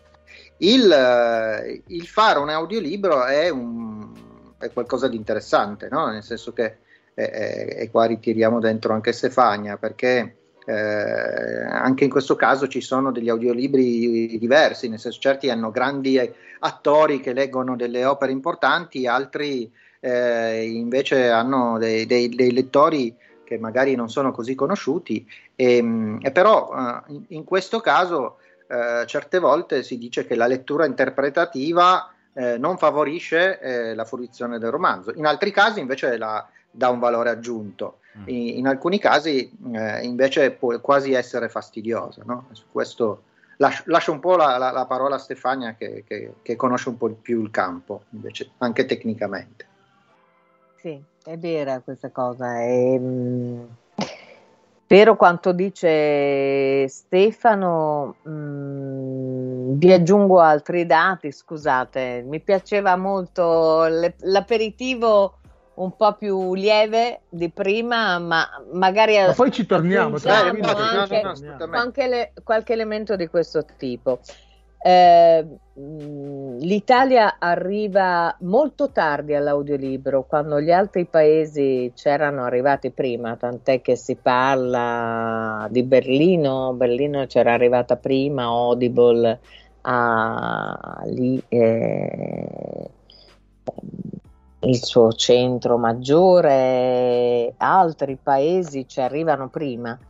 il, il fare un audiolibro è, un, è qualcosa di interessante, no? Nel senso che eh, e qua ritiriamo dentro anche Stefania, perché eh, anche in questo caso ci sono degli audiolibri diversi, nel senso certi hanno grandi attori che leggono delle opere importanti, altri eh, invece hanno dei, dei, dei lettori che magari non sono così conosciuti, e, e però eh, in, in questo caso eh, certe volte si dice che la lettura interpretativa eh, non favorisce eh, la fruizione del romanzo, in altri casi invece la, dà un valore aggiunto, mm. in, in alcuni casi eh, invece può quasi essere fastidiosa, no? Su questo lascio, lascio un po' la, la, la parola a Stefania che, che, che conosce un po' più il campo, invece anche tecnicamente. Sì, è vera questa cosa, è mh, vero quanto dice Stefano. Mh, vi aggiungo altri dati, scusate, mi piaceva molto le, l'aperitivo un po' più lieve di prima, ma magari ma poi ci torniamo, aggiungiamo anche, no, no, no, anche le, qualche elemento di questo tipo. Eh, l'Italia arriva molto tardi all'audiolibro, quando gli altri paesi c'erano arrivati prima, tant'è che si parla di Berlino, Berlino c'era arrivata prima, Audible ha lì eh, il suo centro maggiore, altri paesi ci arrivano prima.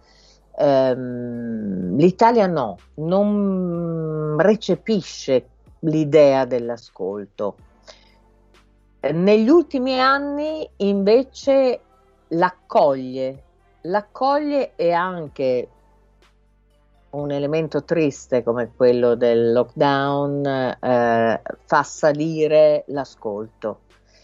L'Italia no, non recepisce l'idea dell'ascolto. Negli ultimi anni invece l'accoglie, l'accoglie e anche un elemento triste come quello del lockdown eh, fa salire l'ascolto.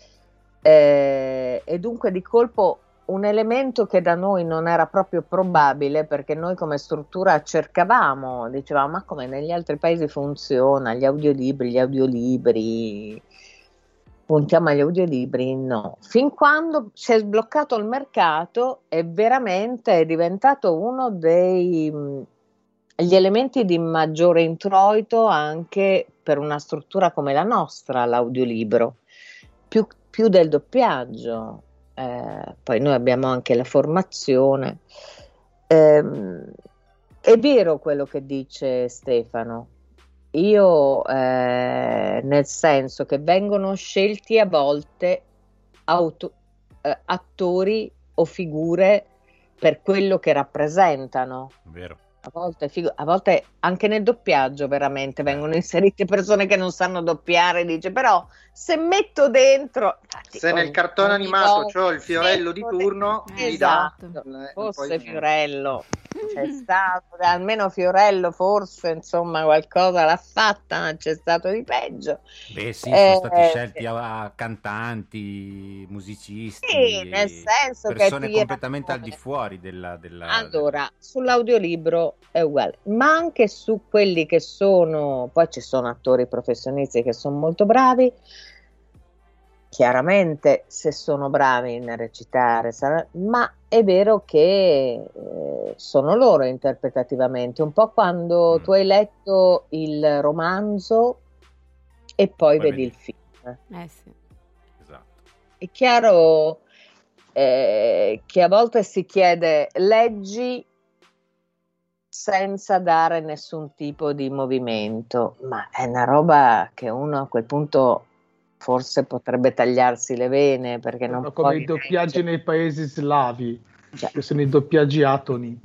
Eh, e dunque di colpo un elemento che da noi non era proprio probabile, perché noi come struttura cercavamo, dicevamo ma come negli altri paesi funziona, gli audiolibri, gli audiolibri, puntiamo agli audiolibri, no. Fin quando si è sbloccato il mercato e veramente è diventato uno dei gli elementi di maggiore introito anche per una struttura come la nostra, l'audiolibro, più, più del doppiaggio. Eh, poi noi abbiamo anche la formazione. Eh, è vero quello che dice Stefano, io eh, nel senso che vengono scelti a volte auto, eh, attori o figure per quello che rappresentano. Vero. A volte, a volte anche nel doppiaggio veramente vengono inserite persone che non sanno doppiare, dice però se metto dentro infatti, se nel cartone animato c'ho il Fiorello di turno de- esatto, dà, fosse Fiorello c'è stato, almeno Fiorello forse insomma qualcosa l'ha fatta, c'è stato di peggio. Beh sì, sono eh, stati scelti a cantanti, musicisti, sì, nel senso persone che completamente al di fuori della, della allora della... sull'audiolibro è uguale, ma anche su quelli che sono, poi ci sono attori professionisti che sono molto bravi, chiaramente se sono bravi nel recitare, sarà, ma è vero che eh, sono loro interpretativamente, un po' quando mm. tu hai letto il romanzo e poi, poi vedi, vedi il film. Eh sì. Esatto. È chiaro eh, che a volte si chiede leggi senza dare nessun tipo di movimento, ma è una roba che uno a quel punto forse potrebbe tagliarsi le vene, perché non come puoi i doppiaggi leggere. Nei paesi slavi, cioè. che sono i doppiaggi atoni.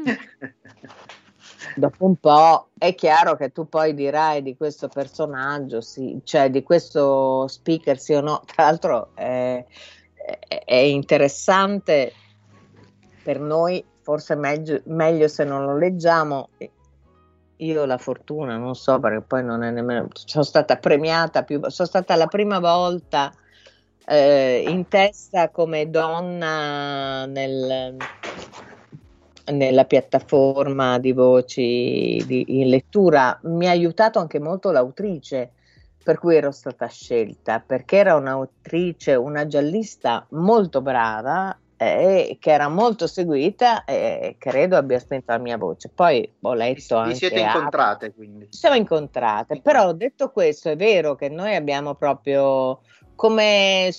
Dopo un po' è chiaro che tu poi dirai di questo personaggio, sì, cioè di questo speaker sì o no. Tra l'altro è, è, è interessante per noi, forse meglio, meglio se non lo leggiamo. Io ho la fortuna, non so perché poi non è nemmeno, sono stata premiata, più, sono stata la prima volta eh, in testa come donna nel, nella piattaforma di voci di, in lettura. Mi ha aiutato anche molto l'autrice per cui ero stata scelta, perché era un'autrice, una giallista molto brava, eh, che era molto seguita e credo abbia spento la mia voce. Poi ho letto vi, anche... Vi siete incontrate a... quindi? Ci siamo incontrate, però detto questo è vero che noi abbiamo proprio, come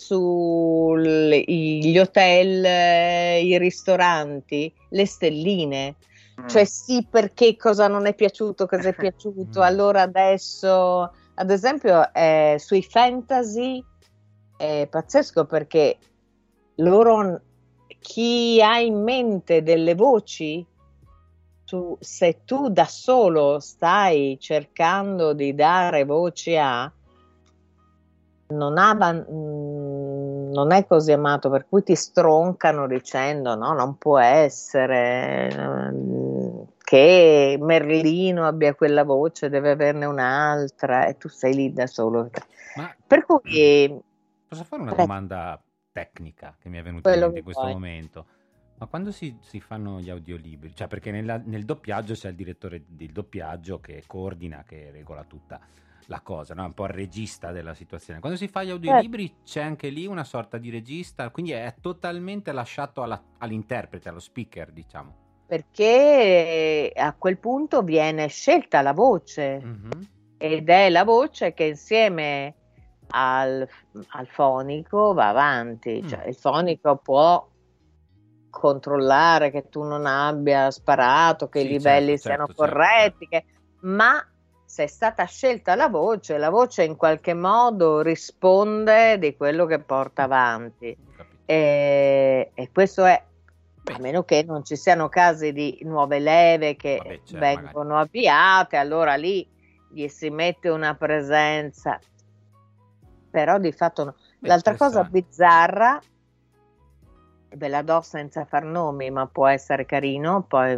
sugli hotel, i ristoranti, le stelline, Cioè sì, perché cosa non è piaciuto, cosa è piaciuto. Allora adesso, ad esempio, eh, sui fantasy è pazzesco perché loro, chi ha in mente delle voci, tu, se tu da solo stai cercando di dare voci a, non, ha, non è così amato, per cui ti stroncano dicendo no, non può essere che Merlino abbia quella voce, deve averne un'altra e tu sei lì da solo. Ma per cui posso fare una domanda tecnica che mi è venuta in mente in questo vuoi. momento? Ma quando si, si fanno gli audiolibri, cioè perché nella, nel doppiaggio c'è il direttore del doppiaggio che coordina, che regola tutta la cosa, no? Un po' il regista della situazione. Quando si fa gli audiolibri eh. c'è anche lì una sorta di regista, quindi è totalmente lasciato alla, all'interprete, allo speaker, diciamo. Perché a quel punto viene scelta la voce mm-hmm. ed è la voce che insieme al, al fonico va avanti, mm. cioè il fonico può controllare che tu non abbia sparato, che sì, i livelli certo, siano certo, corretti, certo. Che, ma se è stata scelta la voce, la voce in qualche modo risponde di quello che porta avanti e, e questo è, a meno che non ci siano casi di nuove leve che Vabbè, cioè, vengono magari. avviate, allora lì gli si mette una presenza, però di fatto no. Beh, l'altra cosa bizzarra, ve la do senza far nomi, ma può essere carino, poi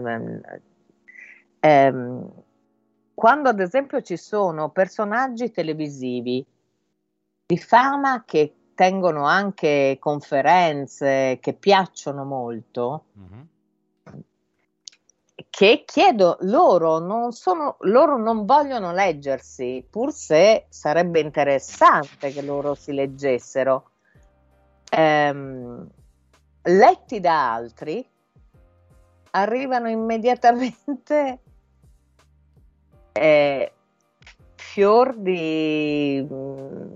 ehm, quando ad esempio ci sono personaggi televisivi di fama che tengono anche conferenze che piacciono molto, mm-hmm. che chiedo loro non sono loro non vogliono leggersi, pur se sarebbe interessante che loro si leggessero, ehm, letti da altri, arrivano immediatamente eh, fior di mh,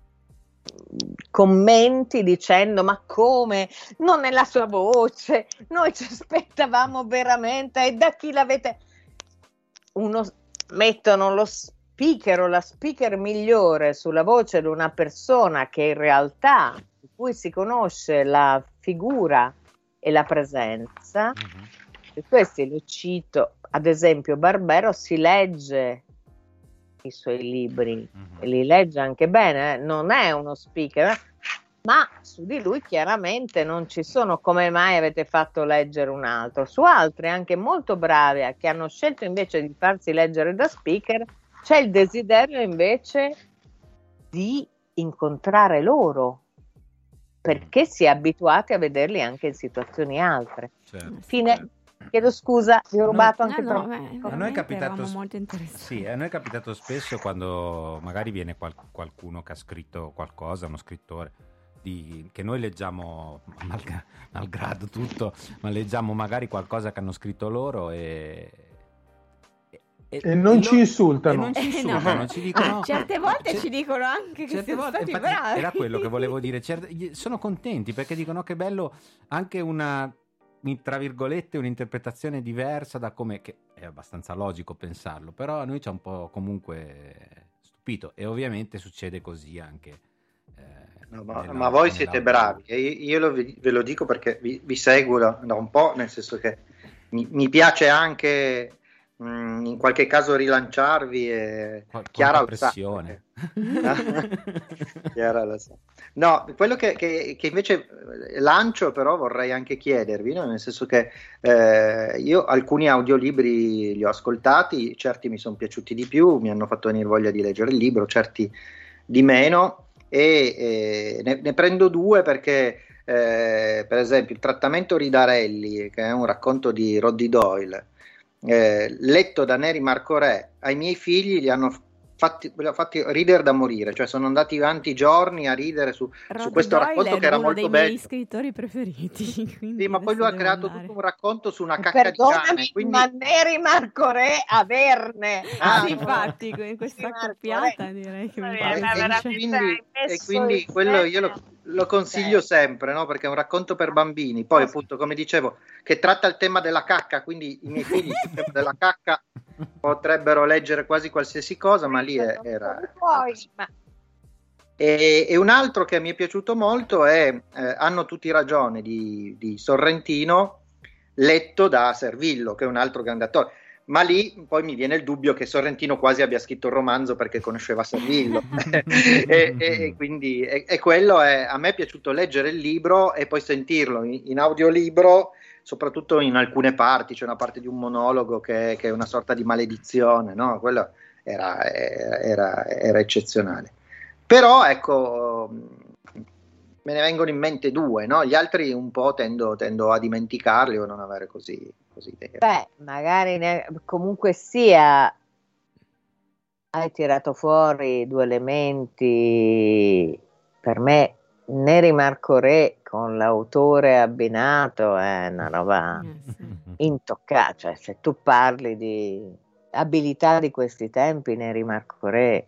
commenti dicendo ma come, non è la sua voce, noi ci aspettavamo veramente, e da chi l'avete, uno mettono lo speaker o la speaker migliore sulla voce di una persona che in realtà di cui si conosce la figura e la presenza, mm-hmm. e questi lo cito, ad esempio Barbero si legge i suoi libri, mm-hmm. e li legge anche bene, eh? Non è uno speaker, eh? Ma su di lui chiaramente non ci sono come mai avete fatto leggere un altro. Su altri anche molto bravi che hanno scelto invece di farsi leggere da speaker c'è il desiderio invece di incontrare loro, perché si è abituati a vederli anche in situazioni altre. Certo. Fine. Chiedo scusa, vi ho rubato no, anche no, troppo. No, a noi è capitato molto sì, a noi è capitato spesso quando magari viene qual- qualcuno che ha scritto qualcosa, uno scrittore, di, che noi leggiamo malg- malgrado tutto, ma leggiamo magari qualcosa che hanno scritto loro e E, e non e ci loro, insultano. E non ci insultano, no. ci dicono, ah, certe volte c- ci dicono anche che siamo volte, stati bravi. Era quello che volevo dire. Certe, sono contenti perché dicono oh, che bello anche una, tra virgolette, un'interpretazione diversa da come, che è abbastanza logico pensarlo, però a noi ci ha un po' comunque stupito e ovviamente succede così anche. Eh, no, ma, nella, ma voi siete bravi e io lo, ve lo dico perché vi, vi seguo da, da un po', nel senso che mi, mi piace anche in qualche caso rilanciarvi e Qual- Chiara pressione Chiara lo sa. No, quello che, che, che invece lancio però vorrei anche chiedervi, no? Nel senso che eh, io alcuni audiolibri li ho ascoltati, certi mi sono piaciuti di più, mi hanno fatto venire voglia di leggere il libro, certi di meno e, e ne, ne prendo due perché eh, per esempio Il trattamento Ridarelli, che è un racconto di Roddy Doyle, Eh, letto da Neri Marco Re, ai miei figli gli hanno fatti, fatti ridere da morire, cioè sono andati avanti giorni a ridere su, su questo Doyle racconto che era molto bello. È uno dei miei scrittori preferiti. Sì, ma poi lui ha creato andare. tutto un racconto su una cacca Perdonami, di cane. Quindi... ma Neri Marco Re averne. Ah, Ah, sì, infatti, in questa accoppiata direi che mi e, piace. e quindi, e quindi quello io lo, lo consiglio sempre, no? Perché è un racconto per bambini. Poi, appunto, come dicevo, che tratta il tema della cacca, quindi i miei figli sul tema della cacca potrebbero leggere quasi qualsiasi cosa, ma lì è, era. E, e un altro che mi è piaciuto molto è eh, Hanno tutti ragione di, di Sorrentino, letto da Servillo, che è un altro grande attore. Ma lì poi mi viene il dubbio che Sorrentino quasi abbia scritto il romanzo perché conosceva Servillo. e, e quindi e, e quello è, a me è piaciuto leggere il libro e poi sentirlo in, in audiolibro, soprattutto in alcune parti. C'è una parte di un monologo che, che è una sorta di maledizione, no? Quello era, era, era eccezionale. Però ecco, me ne vengono in mente due, no? Gli altri un po' tendo, tendo a dimenticarli o non avere così, così idea. Beh, magari ne, comunque sia, hai tirato fuori due elementi, per me Neri Marco Re con l'autore abbinato è una roba intoccabile, cioè se tu parli di abilità di questi tempi, Neri Marco Re,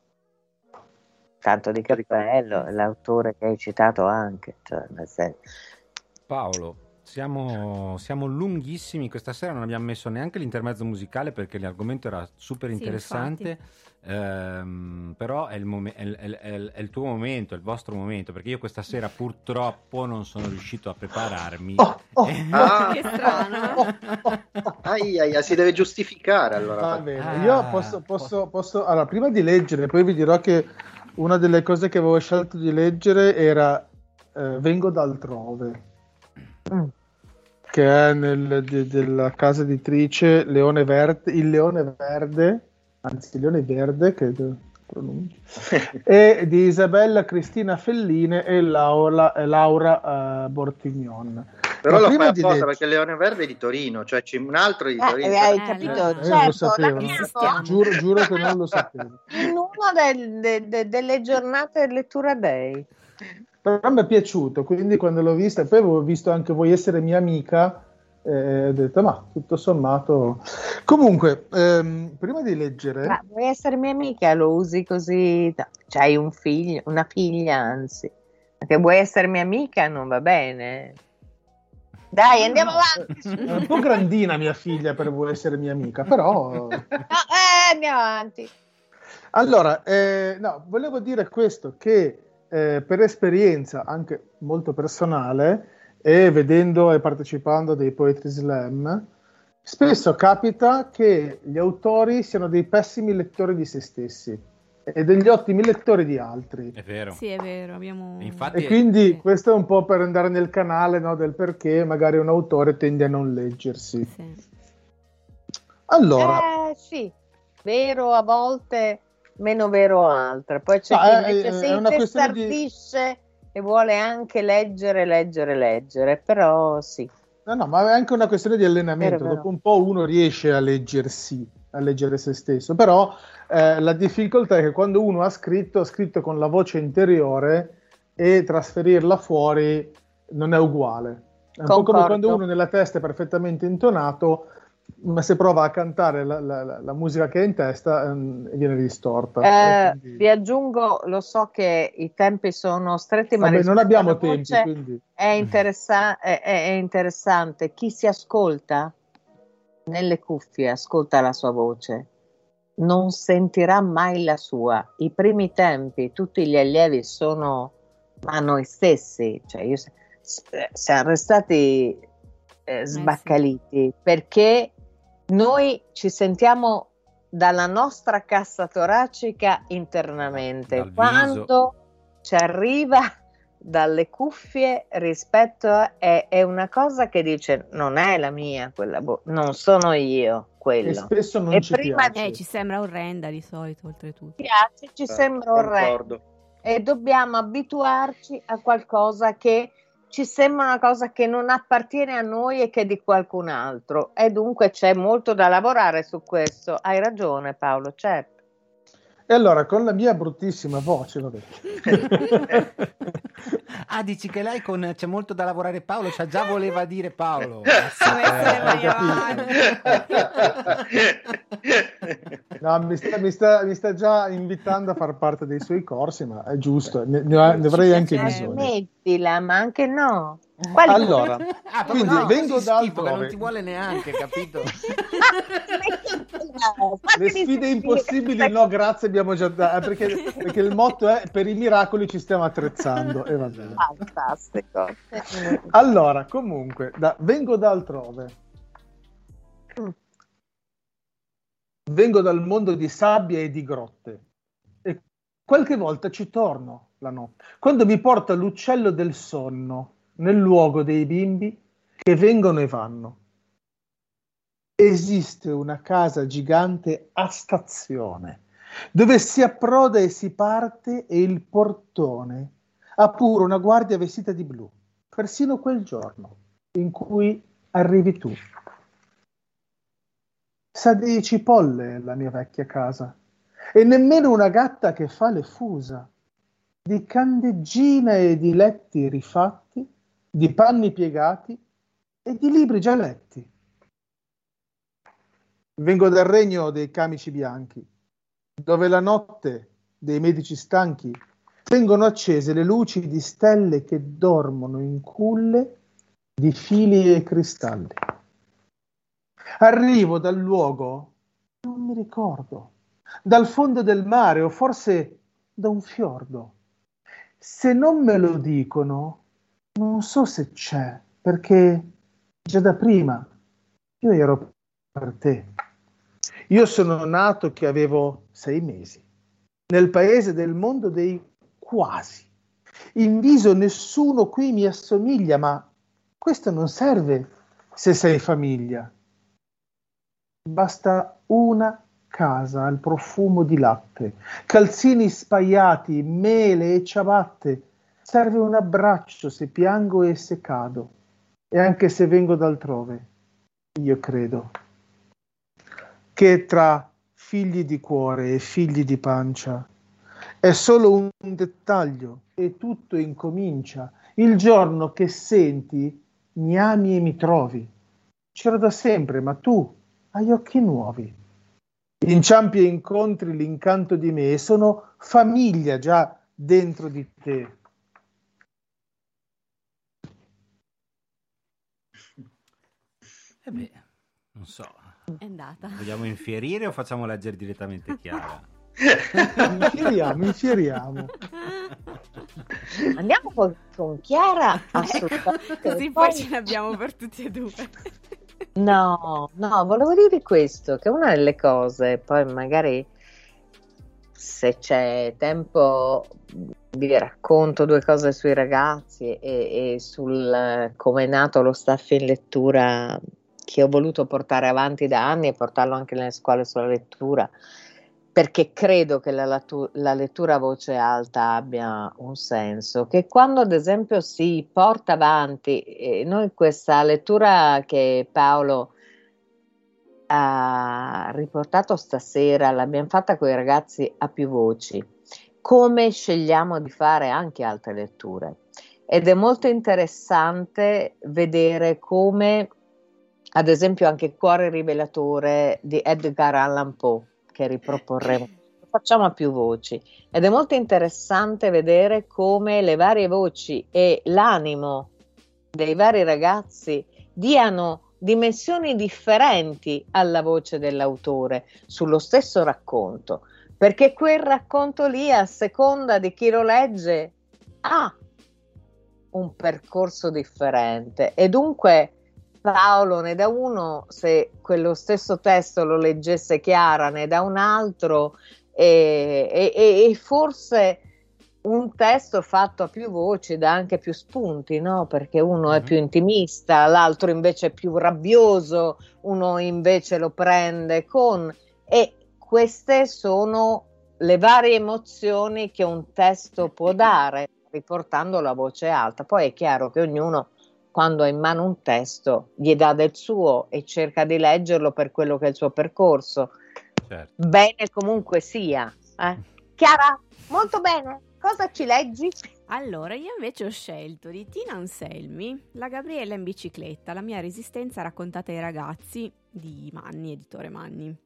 tanto di cappello, l'autore che hai citato anche, cioè, nel senso. Paolo, siamo, siamo lunghissimi, questa sera non abbiamo messo neanche l'intermezzo musicale perché l'argomento era super interessante, sì, ehm, però è il, mom- è, il, è, il, è il tuo momento, è il vostro momento, perché io questa sera purtroppo non sono riuscito a prepararmi. Oh, oh, ah, che strano. oh, oh, oh, ai, ai, si deve giustificare allora. Va bene, Ah, io posso, posso, posso, allora prima di leggere, poi vi dirò che una delle cose che avevo scelto di leggere era eh, Vengo d'altrove, mm. che è nel, de, della casa editrice Leone Verde, il Leone Verde, anzi il Leone Verde, che pronuncio, e di Isabella Cristina Felline e Laura, Laura uh, Bortignon. Però Ma lo prima fai di apposta legge... perché il Leone Verde è di Torino, cioè c'è un altro di Eh, Torino. hai Eh, capito? no. Eh, Certo, non lo sapevo, l'abbiamo giuro, giuro che non lo sapevo. in una del, de, de, delle giornate del Lettura Day. Però mi è piaciuto, quindi quando l'ho vista, poi avevo visto anche Vuoi essere mia amica, e ho detto ma tutto sommato. Comunque, ehm, prima di leggere, Ma vuoi essere mia amica? Lo usi così? No, c'hai un figlio, una figlia, anzi, perché vuoi essere mia amica non va bene. Dai, andiamo no, avanti. è un po' grandina mia figlia per Vuoi essere mia amica, però no, eh, andiamo avanti. Allora, eh, no, volevo dire questo, che eh, per esperienza anche molto personale e vedendo e partecipando a dei poetry slam, spesso capita che gli autori siano dei pessimi lettori di se stessi e degli ottimi lettori di altri. È vero. Sì, è vero. Abbiamo... Infatti, e quindi sì, questo è un po' per andare nel canale, no, del perché magari un autore tende a non leggersi. sì. Allora, Eh sì, vero a volte, meno vero altre. Poi c'è no, chi è- invece è si una questione di- intestardisce e vuole anche leggere, leggere, leggere, però sì. no, no, ma è anche una questione di allenamento. Vero, vero. Dopo un po' uno riesce a leggersi, a leggere se stesso, però eh, la difficoltà è che quando uno ha scritto, ha scritto con la voce interiore e trasferirla fuori non è uguale. È un po' come Concordo. quando uno nella testa è perfettamente intonato, ma se prova a cantare la, la- la- la musica che è in testa ehm, viene distorta. Eh, E quindi- vi aggiungo, lo so che i tempi sono stretti, ma Vabbè, non rispetto abbiamo alla tempi, voce quindi... è, interessa- è- è- è interessante. Chi si ascolta nelle cuffie, ascolta la sua voce, non sentirà mai la sua. I primi tempi, tutti gli allievi sono a noi stessi, cioè io, s- siamo restati eh, sbaccaliti perché noi ci sentiamo dalla nostra cassa toracica internamente. Dal viso. Quando ci arriva dalle cuffie rispetto a, è, è una cosa che dice non è la mia quella vo- non sono io quello. E spesso non E ci prima piace. Eh, ci sembra orrenda di solito, oltretutto. piace, ci Eh, sembra orrendo concordo. e dobbiamo abituarci a qualcosa che ci sembra una cosa che non appartiene a noi e che è di qualcun altro, e dunque c'è molto da lavorare su questo. Hai ragione Paolo, certo. E allora, con la mia bruttissima voce, vabbè. Ah, dici che lei con c'è molto da lavorare Paolo, cioè già voleva dire Paolo. No, mi sta, mi, sta, mi sta già invitando a far parte dei suoi corsi, ma è giusto, ne, ne, ne avrei anche bisogno. Mettila, ma anche no. Quali allora, ah, quindi no, vengo da altrove. Non ti vuole neanche, capito? Le sfide impossibili, no, grazie, abbiamo già dato, perché, perché il motto è per i miracoli ci stiamo attrezzando. E va bene. Fantastico. Allora, comunque, da, vengo da altrove. Vengo dal mondo di sabbia e di grotte. E qualche volta ci torno la notte, quando mi porta l'uccello del sonno nel luogo dei bimbi che vengono e vanno. Esiste una casa gigante a stazione, dove si approda e si parte e il portone ha pure una guardia vestita di blu, persino quel giorno in cui arrivi tu. Sa di cipolle la mia vecchia casa, e nemmeno una gatta che fa le fusa, di candeggina e di letti rifatti, di panni piegati e di libri già letti. Vengo dal regno dei camici bianchi, dove la notte dei medici stanchi tengono accese le luci di stelle che dormono in culle di fili e cristalli. Arrivo dal luogo, non mi ricordo, dal fondo del mare o forse da un fiordo. Se non me lo dicono, non so se c'è, perché già da prima io ero per te. Io sono nato che avevo sei mesi, nel paese del mondo dei quasi. In viso nessuno qui mi assomiglia, ma questo non serve se sei famiglia. Basta una casa al profumo di latte, calzini spaiati, mele e ciabatte. Serve un abbraccio se piango e se cado, e anche se vengo d'altrove. Io credo che tra figli di cuore e figli di pancia è solo un dettaglio e tutto incomincia il giorno che senti mi ami e mi trovi. C'ero da sempre, ma tu hai occhi nuovi. Inciampi e incontri l'incanto di me e sono famiglia già dentro di te. Eh beh, non so. È andata. Vogliamo infierire o facciamo leggere direttamente Chiara? Infieriamo, infieriamo. Andiamo con, con Chiara, assolutamente. Così poi ce ne abbiamo per tutti e due. No, no, volevo dire questo, che una delle cose, poi magari se c'è tempo vi racconto due cose sui ragazzi e, e sul come è nato lo staff in lettura che ho voluto portare avanti da anni e portarlo anche nelle scuole sulla lettura, perché credo che la, latu- la lettura a voce alta abbia un senso, che quando ad esempio si porta avanti, eh, noi questa lettura che Paolo ha riportato stasera l'abbiamo fatta con i ragazzi a più voci, come scegliamo di fare anche altre letture, ed è molto interessante vedere come ad esempio anche Cuore rivelatore di Edgar Allan Poe, che riproporremo, lo facciamo a più voci, ed è molto interessante vedere come le varie voci e l'animo dei vari ragazzi diano dimensioni differenti alla voce dell'autore sullo stesso racconto, perché quel racconto lì, a seconda di chi lo legge, ha un percorso differente, e dunque Paolo ne dà uno, se quello stesso testo lo leggesse Chiara ne dà un altro, e, e, e forse un testo fatto a più voci dà anche più spunti, no? Perché uno è più intimista, l'altro invece è più rabbioso, uno invece lo prende con... E queste sono le varie emozioni che un testo può dare, riportandolo a voce alta. Poi è chiaro che ognuno, quando ha in mano un testo, gli dà del suo e cerca di leggerlo per quello che è il suo percorso. Certo. Bene comunque sia, Eh? Chiara, molto bene. Cosa ci leggi? Allora, io invece ho scelto di Tina Anselmi, La Gabriella in bicicletta, la mia resistenza raccontata ai ragazzi di Manni, editore Manni.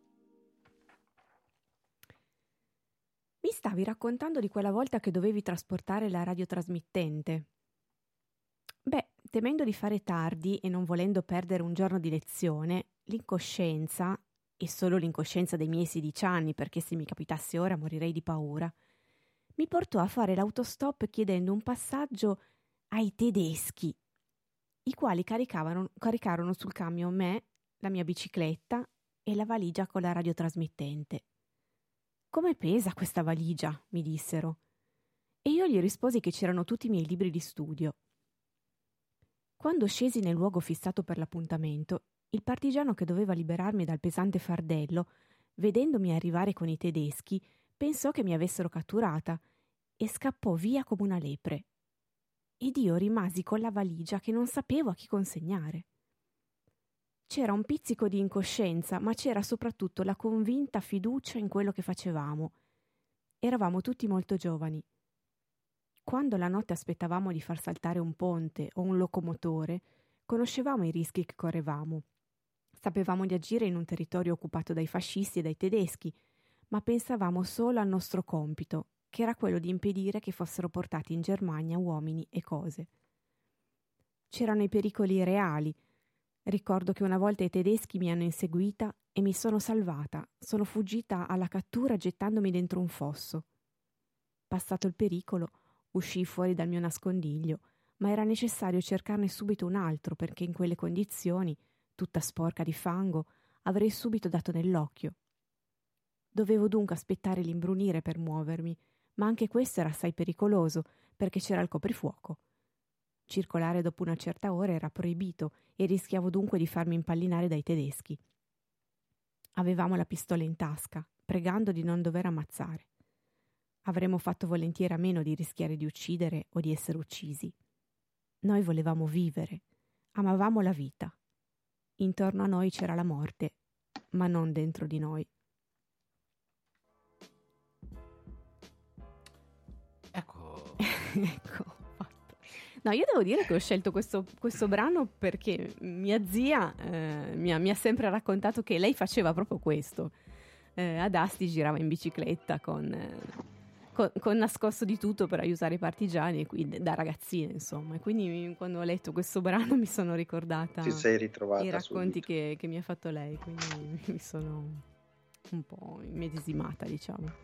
Mi stavi raccontando di quella volta che dovevi trasportare la radiotrasmittente. Beh, temendo di fare tardi e non volendo perdere un giorno di lezione, l'incoscienza, e solo l'incoscienza dei miei sedici anni, perché se mi capitasse ora morirei di paura, mi portò a fare l'autostop chiedendo un passaggio ai tedeschi, i quali caricavano, caricarono sul camion me, la mia bicicletta e la valigia con la radiotrasmittente. «Come pesa questa valigia?» mi dissero. E io gli risposi che c'erano tutti i miei libri di studio. Quando scesi nel luogo fissato per l'appuntamento, il partigiano che doveva liberarmi dal pesante fardello, vedendomi arrivare con i tedeschi, pensò che mi avessero catturata e scappò via come una lepre. Ed io rimasi con la valigia che non sapevo a chi consegnare. C'era un pizzico di incoscienza, ma c'era soprattutto la convinta fiducia in quello che facevamo. Eravamo tutti molto giovani. Quando la notte aspettavamo di far saltare un ponte o un locomotore, conoscevamo i rischi che correvamo. Sapevamo di agire in un territorio occupato dai fascisti e dai tedeschi, ma pensavamo solo al nostro compito, che era quello di impedire che fossero portati in Germania uomini e cose. C'erano i pericoli reali. Ricordo che una volta i tedeschi mi hanno inseguita e mi sono salvata. Sono fuggita alla cattura gettandomi dentro un fosso. Passato il pericolo, uscii fuori dal mio nascondiglio, ma era necessario cercarne subito un altro perché in quelle condizioni, tutta sporca di fango, avrei subito dato nell'occhio. Dovevo dunque aspettare l'imbrunire per muovermi, ma anche questo era assai pericoloso perché c'era il coprifuoco. Circolare dopo una certa ora era proibito e rischiavo dunque di farmi impallinare dai tedeschi. Avevamo la pistola in tasca, pregando di non dover ammazzare. Avremmo fatto volentieri a meno di rischiare di uccidere o di essere uccisi. Noi volevamo vivere, amavamo la vita. Intorno a noi c'era la morte, ma non dentro di noi. Ecco. Ecco. No, io devo dire che ho scelto questo, questo brano perché mia zia eh, mi, ha, mi ha sempre raccontato che lei faceva proprio questo. Eh, ad Asti girava in bicicletta con, eh, con, con nascosto di tutto per aiutare i partigiani, quindi, da ragazzina insomma. E quindi quando ho letto questo brano mi sono ricordata Ti sei ritrovata i racconti che, che mi ha fatto lei, quindi mi sono un po' immedesimata, diciamo.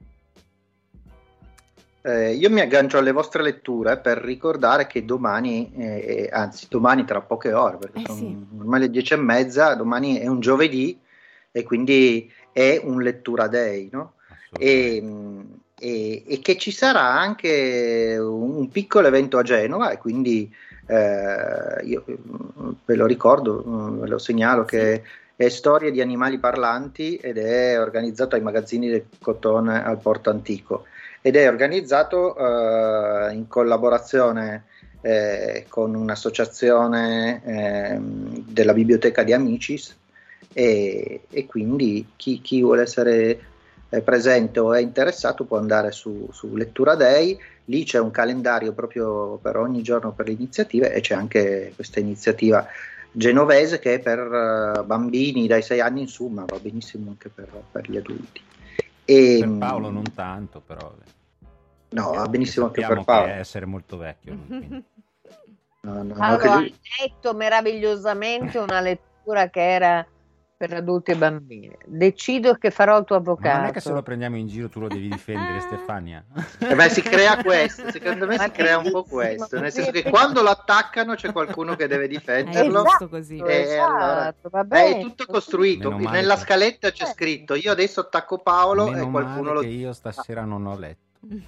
Eh, io mi aggancio alle vostre letture per ricordare che domani, eh, anzi domani tra poche ore, perché eh sono sì. ormai le dieci e mezza, domani è un giovedì e quindi è un lettura day, no? E, e, e che ci sarà anche un, un piccolo evento a Genova e quindi eh, io ve lo ricordo, ve lo segnalo che è Storie di animali parlanti ed è organizzato ai magazzini del Cotone al Porto Antico. Ed è organizzato eh, in collaborazione eh, con un'associazione eh, della biblioteca di Amicis e, e quindi chi, chi vuole essere eh, presente o è interessato può andare su, su Lettura Day. Lì c'è un calendario proprio per ogni giorno per le iniziative e c'è anche questa iniziativa genovese che è per uh, bambini dai sei anni in su, ma va benissimo anche per, per gli adulti. E, per Paolo non tanto, però no, va benissimo anche per Paolo. Paolo. Che è essere molto vecchio. no, no, Paolo no, ha lui... letto meravigliosamente una lettura che era per adulti e bambini. Decido che farò il tuo avvocato. Ma non è che se lo prendiamo in giro tu lo devi difendere, Stefania? Eh beh, si crea questo, secondo me Ma si crea un po' questo, nel senso che quando lo attaccano c'è qualcuno che deve difenderlo. Esatto, così. E esatto, allora, va bene. è tutto costruito. Meno male Nella che- scaletta c'è scritto: io adesso attacco Paolo Meno e qualcuno male lo che io stasera non ho letto.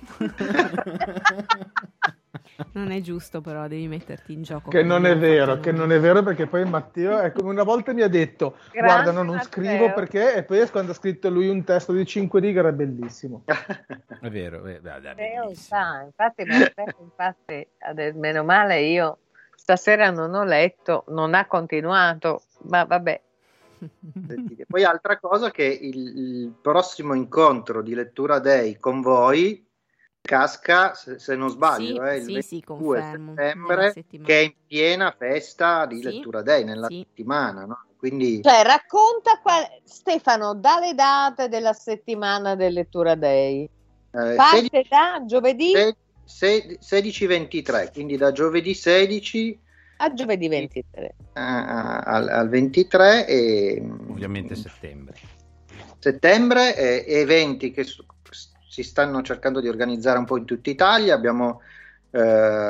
Non è giusto, però devi metterti in gioco. Che come non è abbiamo vero, fatto che noi. non è vero perché poi Matteo, ecco, una volta mi ha detto Grande guarda, no, non Matteo. scrivo perché, e poi quando ha scritto lui un testo di cinque righe era bellissimo. È vero, è, è, è Matteo bellissimo. sa, infatti, Matteo, infatti, ade- meno male io stasera non ho letto, non ha continuato, ma vabbè, Poi altra cosa che il, il prossimo incontro di Lettura Day con voi casca, se, se non sbaglio, sì, è il sì, ventidue sì, settembre, che è in piena festa di sì, Lettura Day, nella sì. settimana, no? Quindi... Cioè, racconta, qual... Stefano, dalle date della settimana del Lettura Day. Eh, Parte sedici, da giovedì? sedici ventitré, quindi da giovedì sedici a giovedì ventitré. Al, al ventitré e... Ovviamente settembre. Settembre, eh, eventi che su, si stanno cercando di organizzare un po' in tutta Italia. Abbiamo eh,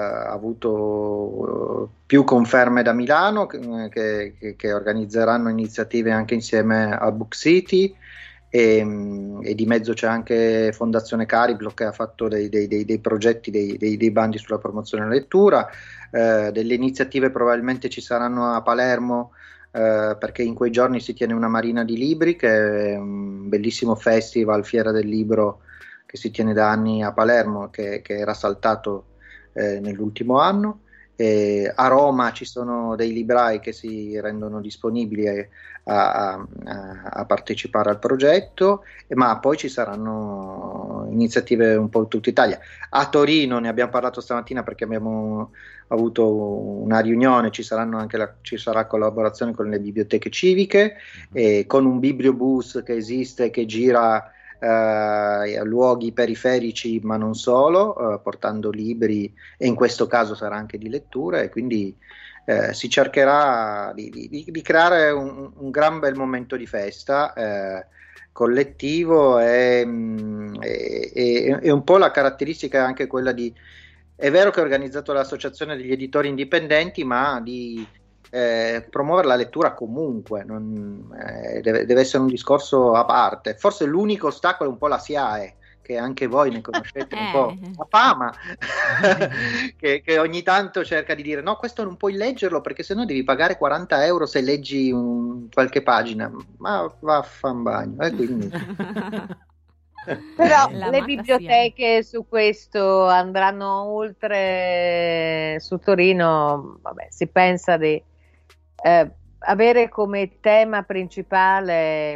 avuto più conferme da Milano che, che, che organizzeranno iniziative anche insieme a Book City e, e di mezzo c'è anche Fondazione Cariplo che ha fatto dei, dei, dei, dei progetti, dei, dei, dei bandi sulla promozione della lettura. Eh, delle iniziative probabilmente ci saranno a Palermo, eh, perché in quei giorni si tiene una Marina di Libri, che è un bellissimo festival, fiera del libro che si tiene da anni a Palermo, che, che era saltato eh, nell'ultimo anno. E a Roma ci sono dei librai che si rendono disponibili a, a, a partecipare al progetto, ma poi ci saranno iniziative un po' in tutta Italia. A Torino ne abbiamo parlato stamattina perché abbiamo avuto una riunione, ci saranno anche la, ci sarà collaborazione con le biblioteche civiche, e con un bibliobus che esiste, che gira Uh, luoghi periferici ma non solo, uh, portando libri, e in questo caso sarà anche di lettura, e quindi uh, si cercherà di, di, di creare un, un gran bel momento di festa uh, collettivo, e, um, e, e, e un po' la caratteristica è anche quella di, è vero che è organizzato l'associazione degli editori indipendenti, ma di Eh, promuovere la lettura comunque, non, eh, deve, deve essere un discorso a parte. Forse l'unico ostacolo è un po' la S I A E, che anche voi ne conoscete un po', la fama, che, che ogni tanto cerca di dire no, questo non puoi leggerlo perché sennò devi pagare quaranta euro se leggi un, qualche pagina, ma vaffan bagno, eh, quindi... Però la le biblioteche su questo andranno oltre. Su Torino, vabbè, si pensa di eh, avere come tema principale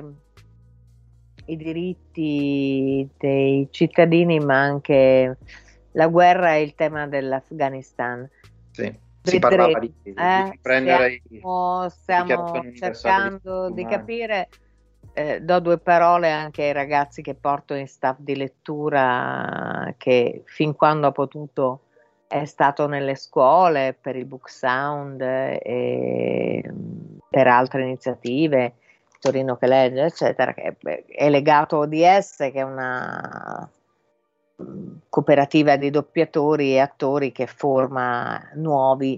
i diritti dei cittadini, ma anche la guerra e il tema dell'Afghanistan. Sì, si parlava di, di, eh, di prendere stiamo, stiamo cercando di capire. Eh, do due parole anche ai ragazzi che porto in staff di lettura, che fin quando ha potuto è stato nelle scuole per il Book Sound e per altre iniziative, Torino che legge, eccetera, che è legato a O D S, che è una cooperativa di doppiatori e attori che forma nuovi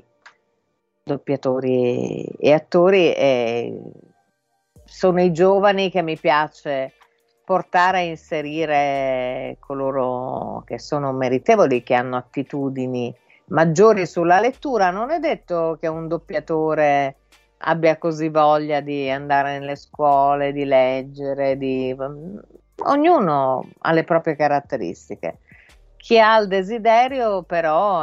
doppiatori e attori, e sono i giovani che mi piace portare a inserire, coloro che sono meritevoli, che hanno attitudini maggiori sulla lettura. Non è detto che un doppiatore abbia così voglia di andare nelle scuole, di leggere, di... ognuno ha le proprie caratteristiche. Chi ha il desiderio però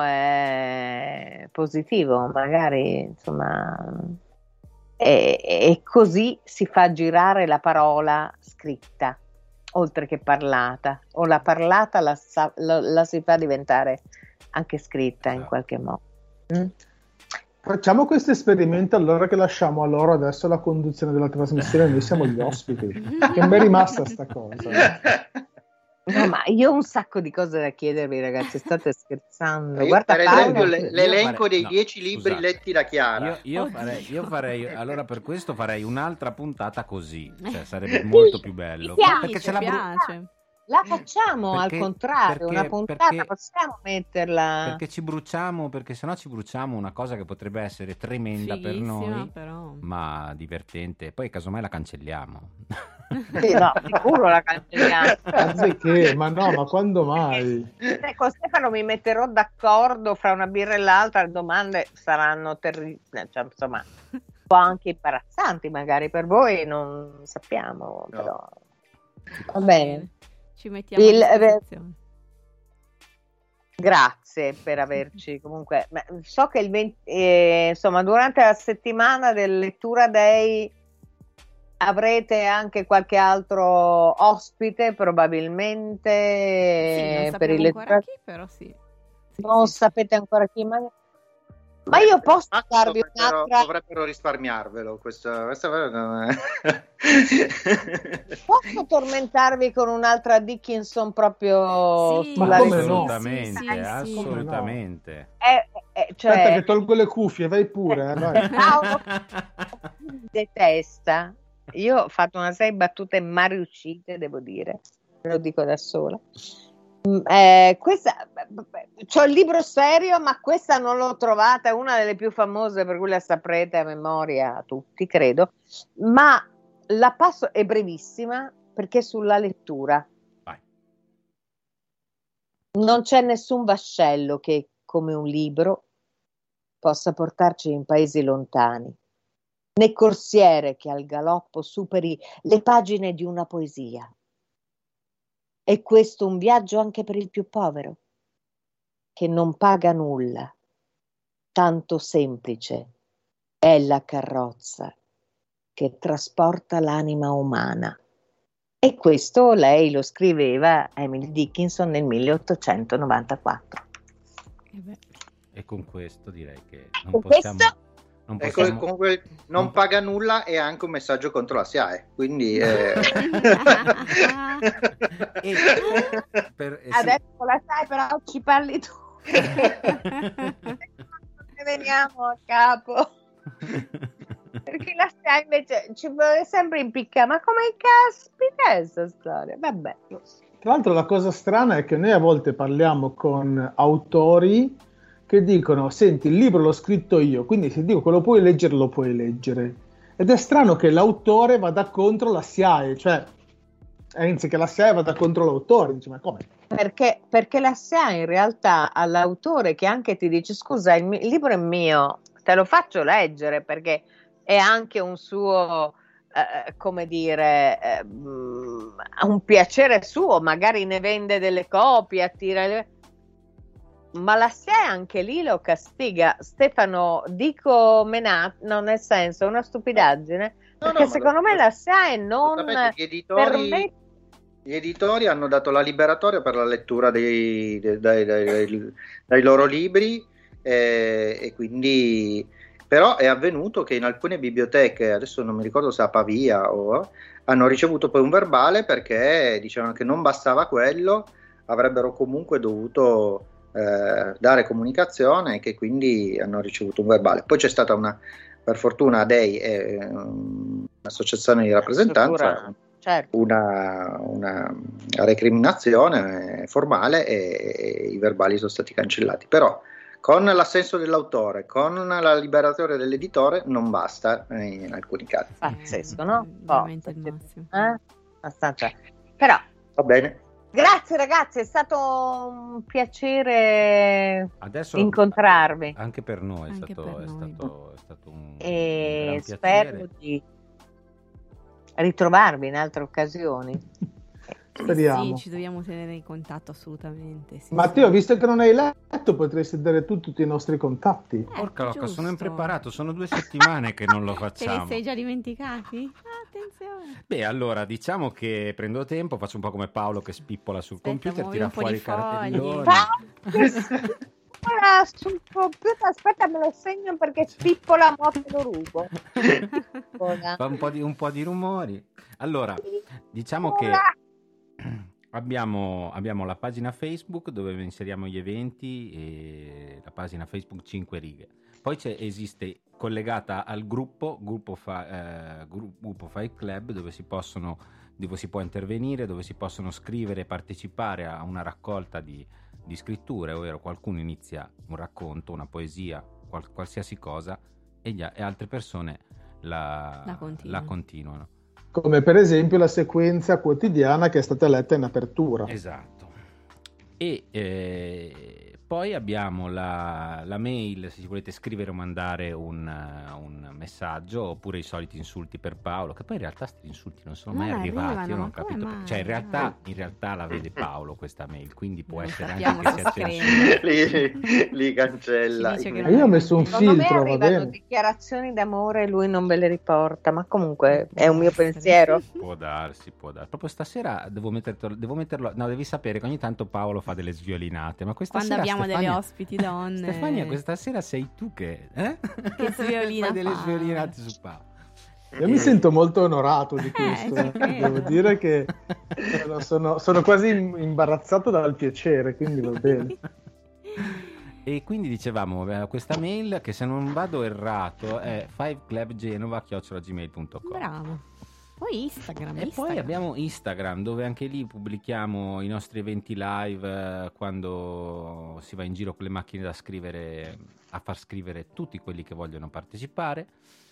è positivo, magari, insomma... E, e così si fa girare la parola scritta oltre che parlata, o la parlata la, la, la si fa diventare anche scritta in qualche modo. Mm? Facciamo questo esperimento allora, che lasciamo a loro adesso la conduzione della trasmissione, noi siamo gli ospiti, che mi è rimasta sta cosa. No, ma io ho un sacco di cose da chiedervi, ragazzi, state scherzando. Io, Guarda, per esempio, Paolo, l'elenco dei no, dieci libri scusate. letti da Chiara. Io, io, farei, io farei, allora per questo farei un'altra puntata così, cioè sarebbe molto più bello. piace, perché ce la piace. La facciamo perché, al contrario, perché, una puntata, perché, possiamo metterla. Perché ci bruciamo, perché sennò ci bruciamo una cosa che potrebbe essere tremenda per noi, però. ma divertente. Poi casomai la cancelliamo. Sì, no, sicuro la cancelliamo. Che, ma no, ma quando mai? Eh, con Stefano mi metterò d'accordo fra una birra e l'altra, le domande saranno terribili, cioè, insomma, un po' anche imbarazzanti magari per voi, non sappiamo, no. Però va bene. Ci mettiamo Il, a disposizione. Grazie per averci comunque. So che il venti, eh, insomma, durante la settimana del Lettura Day avrete anche qualche altro ospite probabilmente sì, non per il ancora chi, però sì. sì non sì. sapete ancora chi, ma, ma io posso ah, darvi dovrebbero, un'altra dovrebbero risparmiarvelo questo, questo... posso tormentarvi con un'altra Dickinson proprio sì, ma come no? assolutamente, sì, sì, assolutamente. sì. Eh, eh, cioè... Aspetta che tolgo le cuffie, vai pure. Eh, vai. Paolo detesta. Io ho fatto una serie di battute mai riuscite, devo dire, lo dico da sola. Eh, questa c'ho il libro serio, ma questa non l'ho trovata, è una delle più famose, per cui la saprete a memoria tutti, credo. Ma la passo, è brevissima perché è sulla lettura. Vai. Non c'è nessun vascello che, come un libro, possa portarci in paesi lontani, né corsiere che al galoppo superi le pagine di una poesia. È questo un viaggio anche per il più povero, che non paga nulla, tanto semplice è la carrozza che trasporta l'anima umana. E questo lei lo scriveva Emily Dickinson nel milleottocentonovantaquattro. E, beh. E con questo direi che non Con possiamo... questo... Non Ecco, possiamo... comunque non paga nulla è anche un messaggio contro la S I A E, quindi eh... e per, eh, sì. Adesso la sai, però ci parli tu. Ne veniamo a capo. Perché la S I A E invece ci vuole sempre impiccare, ma come caspita è questa storia? Vabbè. Tra l'altro la cosa strana è che noi a volte parliamo con autori che dicono: senti, il libro l'ho scritto io, quindi se dico che lo puoi leggere, lo puoi leggere. Ed è strano che l'autore vada contro la S I A E, cioè anzi che la S I A E vada contro l'autore. Dice, ma come? Perché, perché la S I A E in realtà all'autore che anche ti dice: scusa, il, mi- il libro è mio, te lo faccio leggere, perché è anche un suo, eh, come dire, eh, un piacere suo, magari ne vende delle copie, attira le... ma la S I A E anche lì lo castiga. Stefano, dico menat, no, nel senso, una stupidaggine, No, perché no, secondo lo, me la S I A E non gli editori, permette... gli editori hanno dato la liberatoria per la lettura dei, dei, dei, dei, dei, dei loro libri eh, e quindi però è avvenuto che in alcune biblioteche, adesso non mi ricordo se a Pavia o hanno ricevuto poi un verbale perché dicevano che non bastava quello, avrebbero comunque dovuto eh, dare comunicazione e che quindi hanno ricevuto un verbale. Poi c'è stata una, per fortuna Dei è un'associazione di rappresentanza, certo. una, una recriminazione formale e, e i verbali sono stati cancellati, però con l'assenso dell'autore, con la liberatoria dell'editore non basta in alcuni casi. Pazzesco, no? Veramente oh, il massimo. Eh? Abbastanza. Però va bene. Grazie ragazzi, è stato un piacere Adesso, incontrarvi. Anche per noi, è, Anche stato, per è, noi. stato, è stato un, E un gran spero piacere. di ritrovarvi in altre occasioni. Speriamo. Sì, ci dobbiamo tenere in contatto assolutamente. Sì, Matteo, sì. visto che non hai letto, potresti dare tu tutti i nostri contatti. Eh, Porca locca, giusto. sono impreparato, sono due settimane che non lo Te facciamo. li sei già dimenticati? Ah, attenzione. Beh, allora, diciamo che prendo tempo, faccio un po' come Paolo che spippola sul Aspetta, computer, muovi tira un po' fuori di i cartelloni. Ora sul computer, aspetta, me lo segno perché spippola, mo te lo rubo. Fa un po' di, un po' di rumori. Allora, diciamo che abbiamo, abbiamo la pagina Facebook dove inseriamo gli eventi e la pagina Facebook cinque righe. Poi c'è, esiste collegata al gruppo, gruppo, fa, eh, gruppo Fight Club, dove si possono, dove si può intervenire, dove si possono scrivere e partecipare a una raccolta di, di scritture, ovvero qualcuno inizia un racconto, una poesia, qual, qualsiasi cosa, e, gli, e altre persone la, La continuano. la continuano. Come per esempio la sequenza quotidiana che è stata letta in apertura. Esatto. E eh, poi abbiamo la, la mail, se volete scrivere o mandare un, un messaggio, oppure i soliti insulti per Paolo, che poi in realtà questi insulti non sono non mai arrivati, arrivano, io non ho capito, mai? cioè in realtà, in realtà la vede Paolo questa mail, quindi può non essere sappiamo anche che se sia scrive. li, li cancella. Ci dice che E io ho messo un Secondo me filtro, va arrivano bene. dichiarazioni d'amore e lui non ve le riporta, ma comunque è un mio Può essere. pensiero. Può darsi, può darsi. Proprio stasera devo metterlo, devo metterlo, no, devi sapere che ogni tanto Paolo fa delle sviolinate, ma questa Quando sera abbiamo Stefania, delle ospiti donne. Stefania, questa sera sei tu che, eh? Che sviolina fai delle fa. sviolinate su Paolo. Io mi sento molto onorato di Eh, questo. ci eh. credo. Devo dire che sono, sono- sono quasi imbarazzato dal piacere, quindi va bene. E quindi dicevamo, eh, questa mail che se non vado errato è fiveclubgenova chiocciola gmail punto com. Bravo. Poi Instagram. E Instagram. poi abbiamo Instagram, dove anche lì pubblichiamo i nostri eventi live, eh, quando si va in giro con le macchine da scrivere, a far scrivere tutti quelli che vogliono partecipare,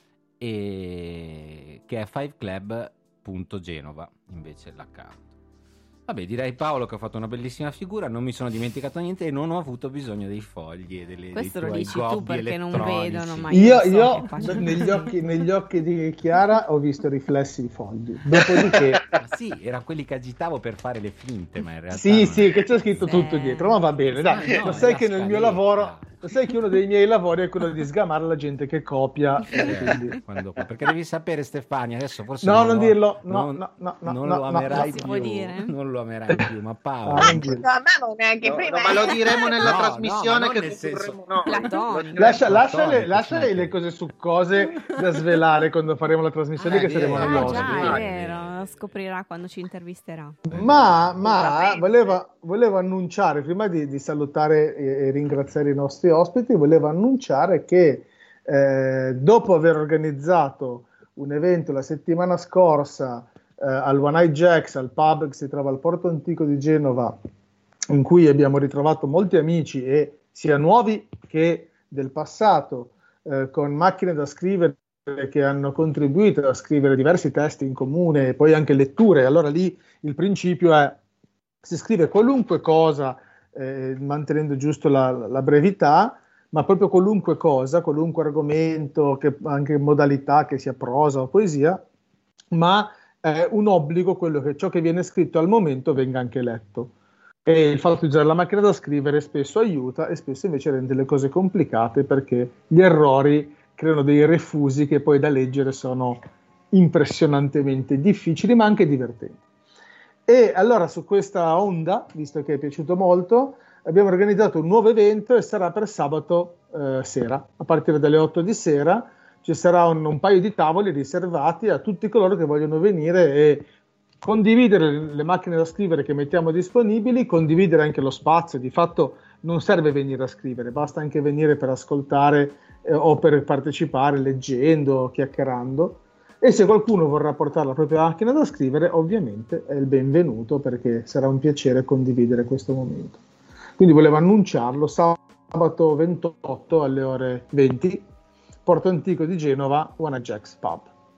e che è fiveclub punto genova invece l'account. Vabbè, direi Paolo che ho fatto una bellissima figura, non mi sono dimenticato niente e non ho avuto bisogno dei fogli e delle, Questo dei lo tuoi dici tu gobbi perché non elettronici. vedono, ma Io, so io che faccio. negli, occhi, negli occhi di Chiara ho visto riflessi i fogli. Dopodiché, Ma sì, erano quelli che agitavo per fare le finte, ma in realtà sì, non sì, è- che c'è scritto Sì. tutto dietro, ma va bene, dai. No, lo è sai la che nel mio scaletta. lavoro, lo sai che uno dei miei lavori è quello di sgamare la gente che copia. Eh, quindi- quando- perché devi sapere, Stefania, adesso forse No, non, non lo- dirlo, no, non, no, no, no, non no, lo no, amerai no. Si più, può dire? non lo amerai più, ma Paolo, Ah, non dirlo. No, a me non neanche No, prima. no, ma lo diremo nella No, trasmissione no, ma non che nel senso- condurremo noi. Platonico. Lo diremo. Lascia, Platonico, lasciale, ci lasciale le mancherebbe. cose succose da svelare quando faremo la trasmissione, Ah, che è saremo vero. Ah nell'ospite. già, Ospite. è vero, lo scoprirà quando ci intervisterà. Ma, ma Assolutamente. voleva, volevo annunciare, prima di, di salutare e, e ringraziare i nostri ospiti, volevo annunciare che eh, dopo aver organizzato un evento la settimana scorsa eh, al One Eye Jacks, al pub che si trova al Porto Antico di Genova, in cui abbiamo ritrovato molti amici, e sia nuovi che del passato, eh, con macchine da scrivere che hanno contribuito a scrivere diversi testi in comune e poi anche letture. Allora lì il principio è: si scrive qualunque cosa, eh, mantenendo giusto la, la brevità, ma proprio qualunque cosa, qualunque argomento, che, anche modalità, che sia prosa o poesia, ma è un obbligo quello che ciò che viene scritto al momento venga anche letto. E il fatto di usare la macchina da scrivere spesso aiuta e spesso invece rende le cose complicate, perché gli errori creano dei refusi che poi da leggere sono impressionantemente difficili ma anche divertenti. E allora, su questa onda, visto che è piaciuto molto, abbiamo organizzato un nuovo evento e sarà per sabato eh, sera, a partire dalle otto di sera. Ci sarà un, un paio di tavoli riservati a tutti coloro che vogliono venire e condividere le, le macchine da scrivere che mettiamo disponibili, condividere anche lo spazio. Di fatto non serve venire a scrivere, basta anche venire per ascoltare eh, o per partecipare leggendo, chiacchierando. E se qualcuno vorrà portare la propria macchina da scrivere, ovviamente è il benvenuto, perché sarà un piacere condividere questo momento. Quindi volevo annunciarlo: sabato ventotto alle ore venti, Porto Antico di Genova, One Eye Jacks Pub.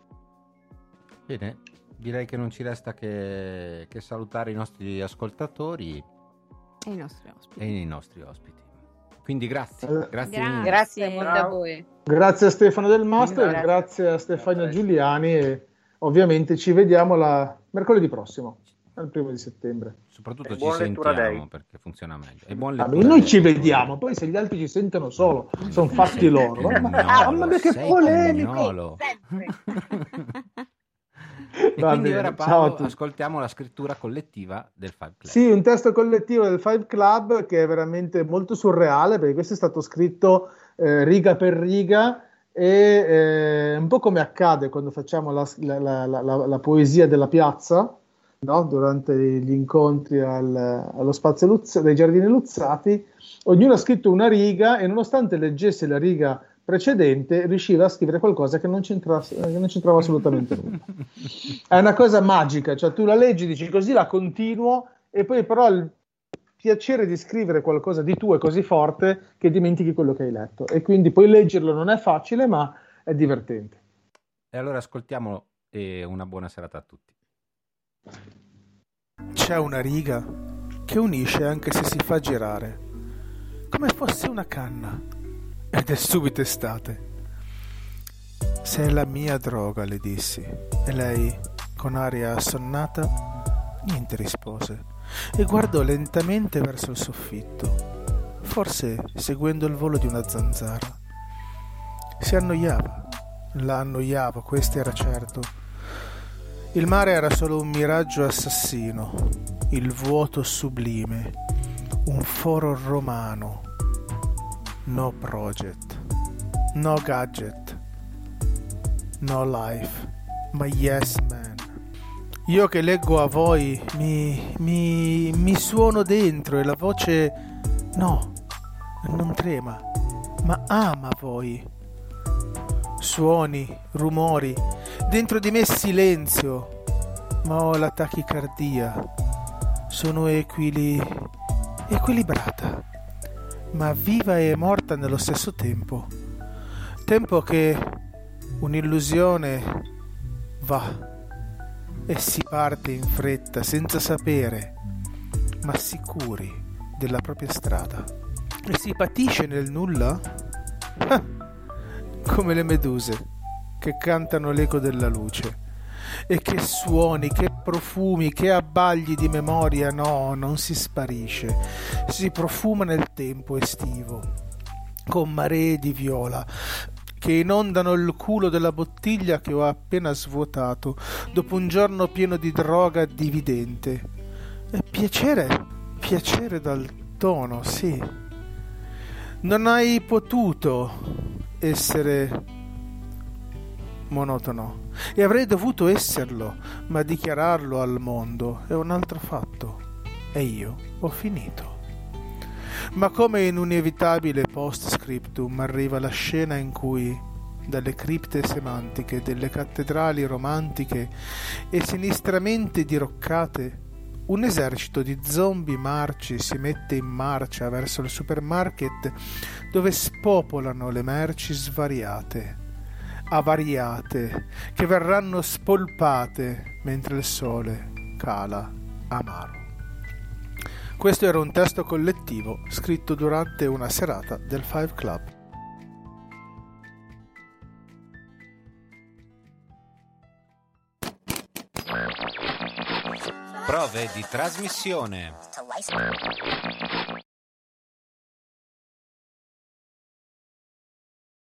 Bene, direi che non ci resta che, che salutare i nostri ascoltatori E i nostri ospiti. e i nostri ospiti. Quindi grazie, Eh, grazie, Grazie. mille. Grazie molte a Ciao. voi. Grazie a Stefano Del Mastro e Grazie. grazie a Stefania Giuliani, e ovviamente ci vediamo la mercoledì prossimo, il primo di settembre. Soprattutto E ci buon lettura sentiamo day. perché funziona meglio. E buon Ah, lettura noi day. ci vediamo, poi se gli altri ci sentono solo, sono fatti Sei loro. pignolo, Mamma mamma mia, che sei polemico! pignolo. Sempre. E Va quindi bene, ora ciao a Paolo tutti. ascoltiamo la scrittura collettiva del Five Club. Sì, un testo collettivo del Five Club che è veramente molto surreale, perché questo è stato scritto eh, riga per riga, e eh, un po' come accade quando facciamo la, la- la- la- la poesia della piazza, no? Durante gli incontri al- allo spazio Luz- dei Giardini Luzzati. Ognuno ha scritto una riga e, nonostante leggesse la riga precedente, riusciva a scrivere qualcosa che non c'entrava, che non c'entrava assolutamente nulla. È una cosa magica, cioè tu la leggi, dici così la continuo, e poi però il piacere di scrivere qualcosa di tuo è così forte che dimentichi quello che hai letto, e quindi poi leggerlo non è facile, ma è divertente. E allora ascoltiamolo e una buona serata a tutti. C'è una riga che unisce anche se si fa girare, come fosse una canna, ed è subito estate. Sei la mia droga, le dissi, e lei, con aria assonnata, niente rispose e guardò lentamente verso il soffitto, forse seguendo il volo di una zanzara. Si annoiava, la annoiava, questo era certo. Il mare era solo un miraggio assassino, il vuoto sublime, un foro romano. No project, no gadget, no life, ma yes man. Io che leggo a voi mi, mi, mi suono dentro e la voce no, non trema, ma ama voi. Suoni, rumori, dentro di me silenzio, ma ho la tachicardia. Sono equili... equilibrata, ma viva e morta nello stesso tempo. Tempo che un'illusione va e si parte in fretta senza sapere, ma sicuri della propria strada. E si patisce nel nulla? Ah, come le meduse che cantano l'eco della luce. E che suoni, che profumi, che abbagli di memoria. No, non si sparisce, si profuma nel tempo estivo, con maree di viola che inondano il culo della bottiglia che ho appena svuotato dopo un giorno pieno di droga dividente. E piacere, piacere dal tono, sì. Non hai potuto essere monotono, e avrei dovuto esserlo, ma dichiararlo al mondo è un altro fatto, e io ho finito. Ma come in un inevitabile post-scriptum arriva la scena in cui, dalle cripte semantiche delle cattedrali romantiche e sinistramente diroccate, un esercito di zombie marci si mette in marcia verso il supermarket dove spopolano le merci svariate, avariate, che verranno spolpate mentre il sole cala amaro. Questo era un testo collettivo scritto durante una serata del Five Club. Prove di trasmissione.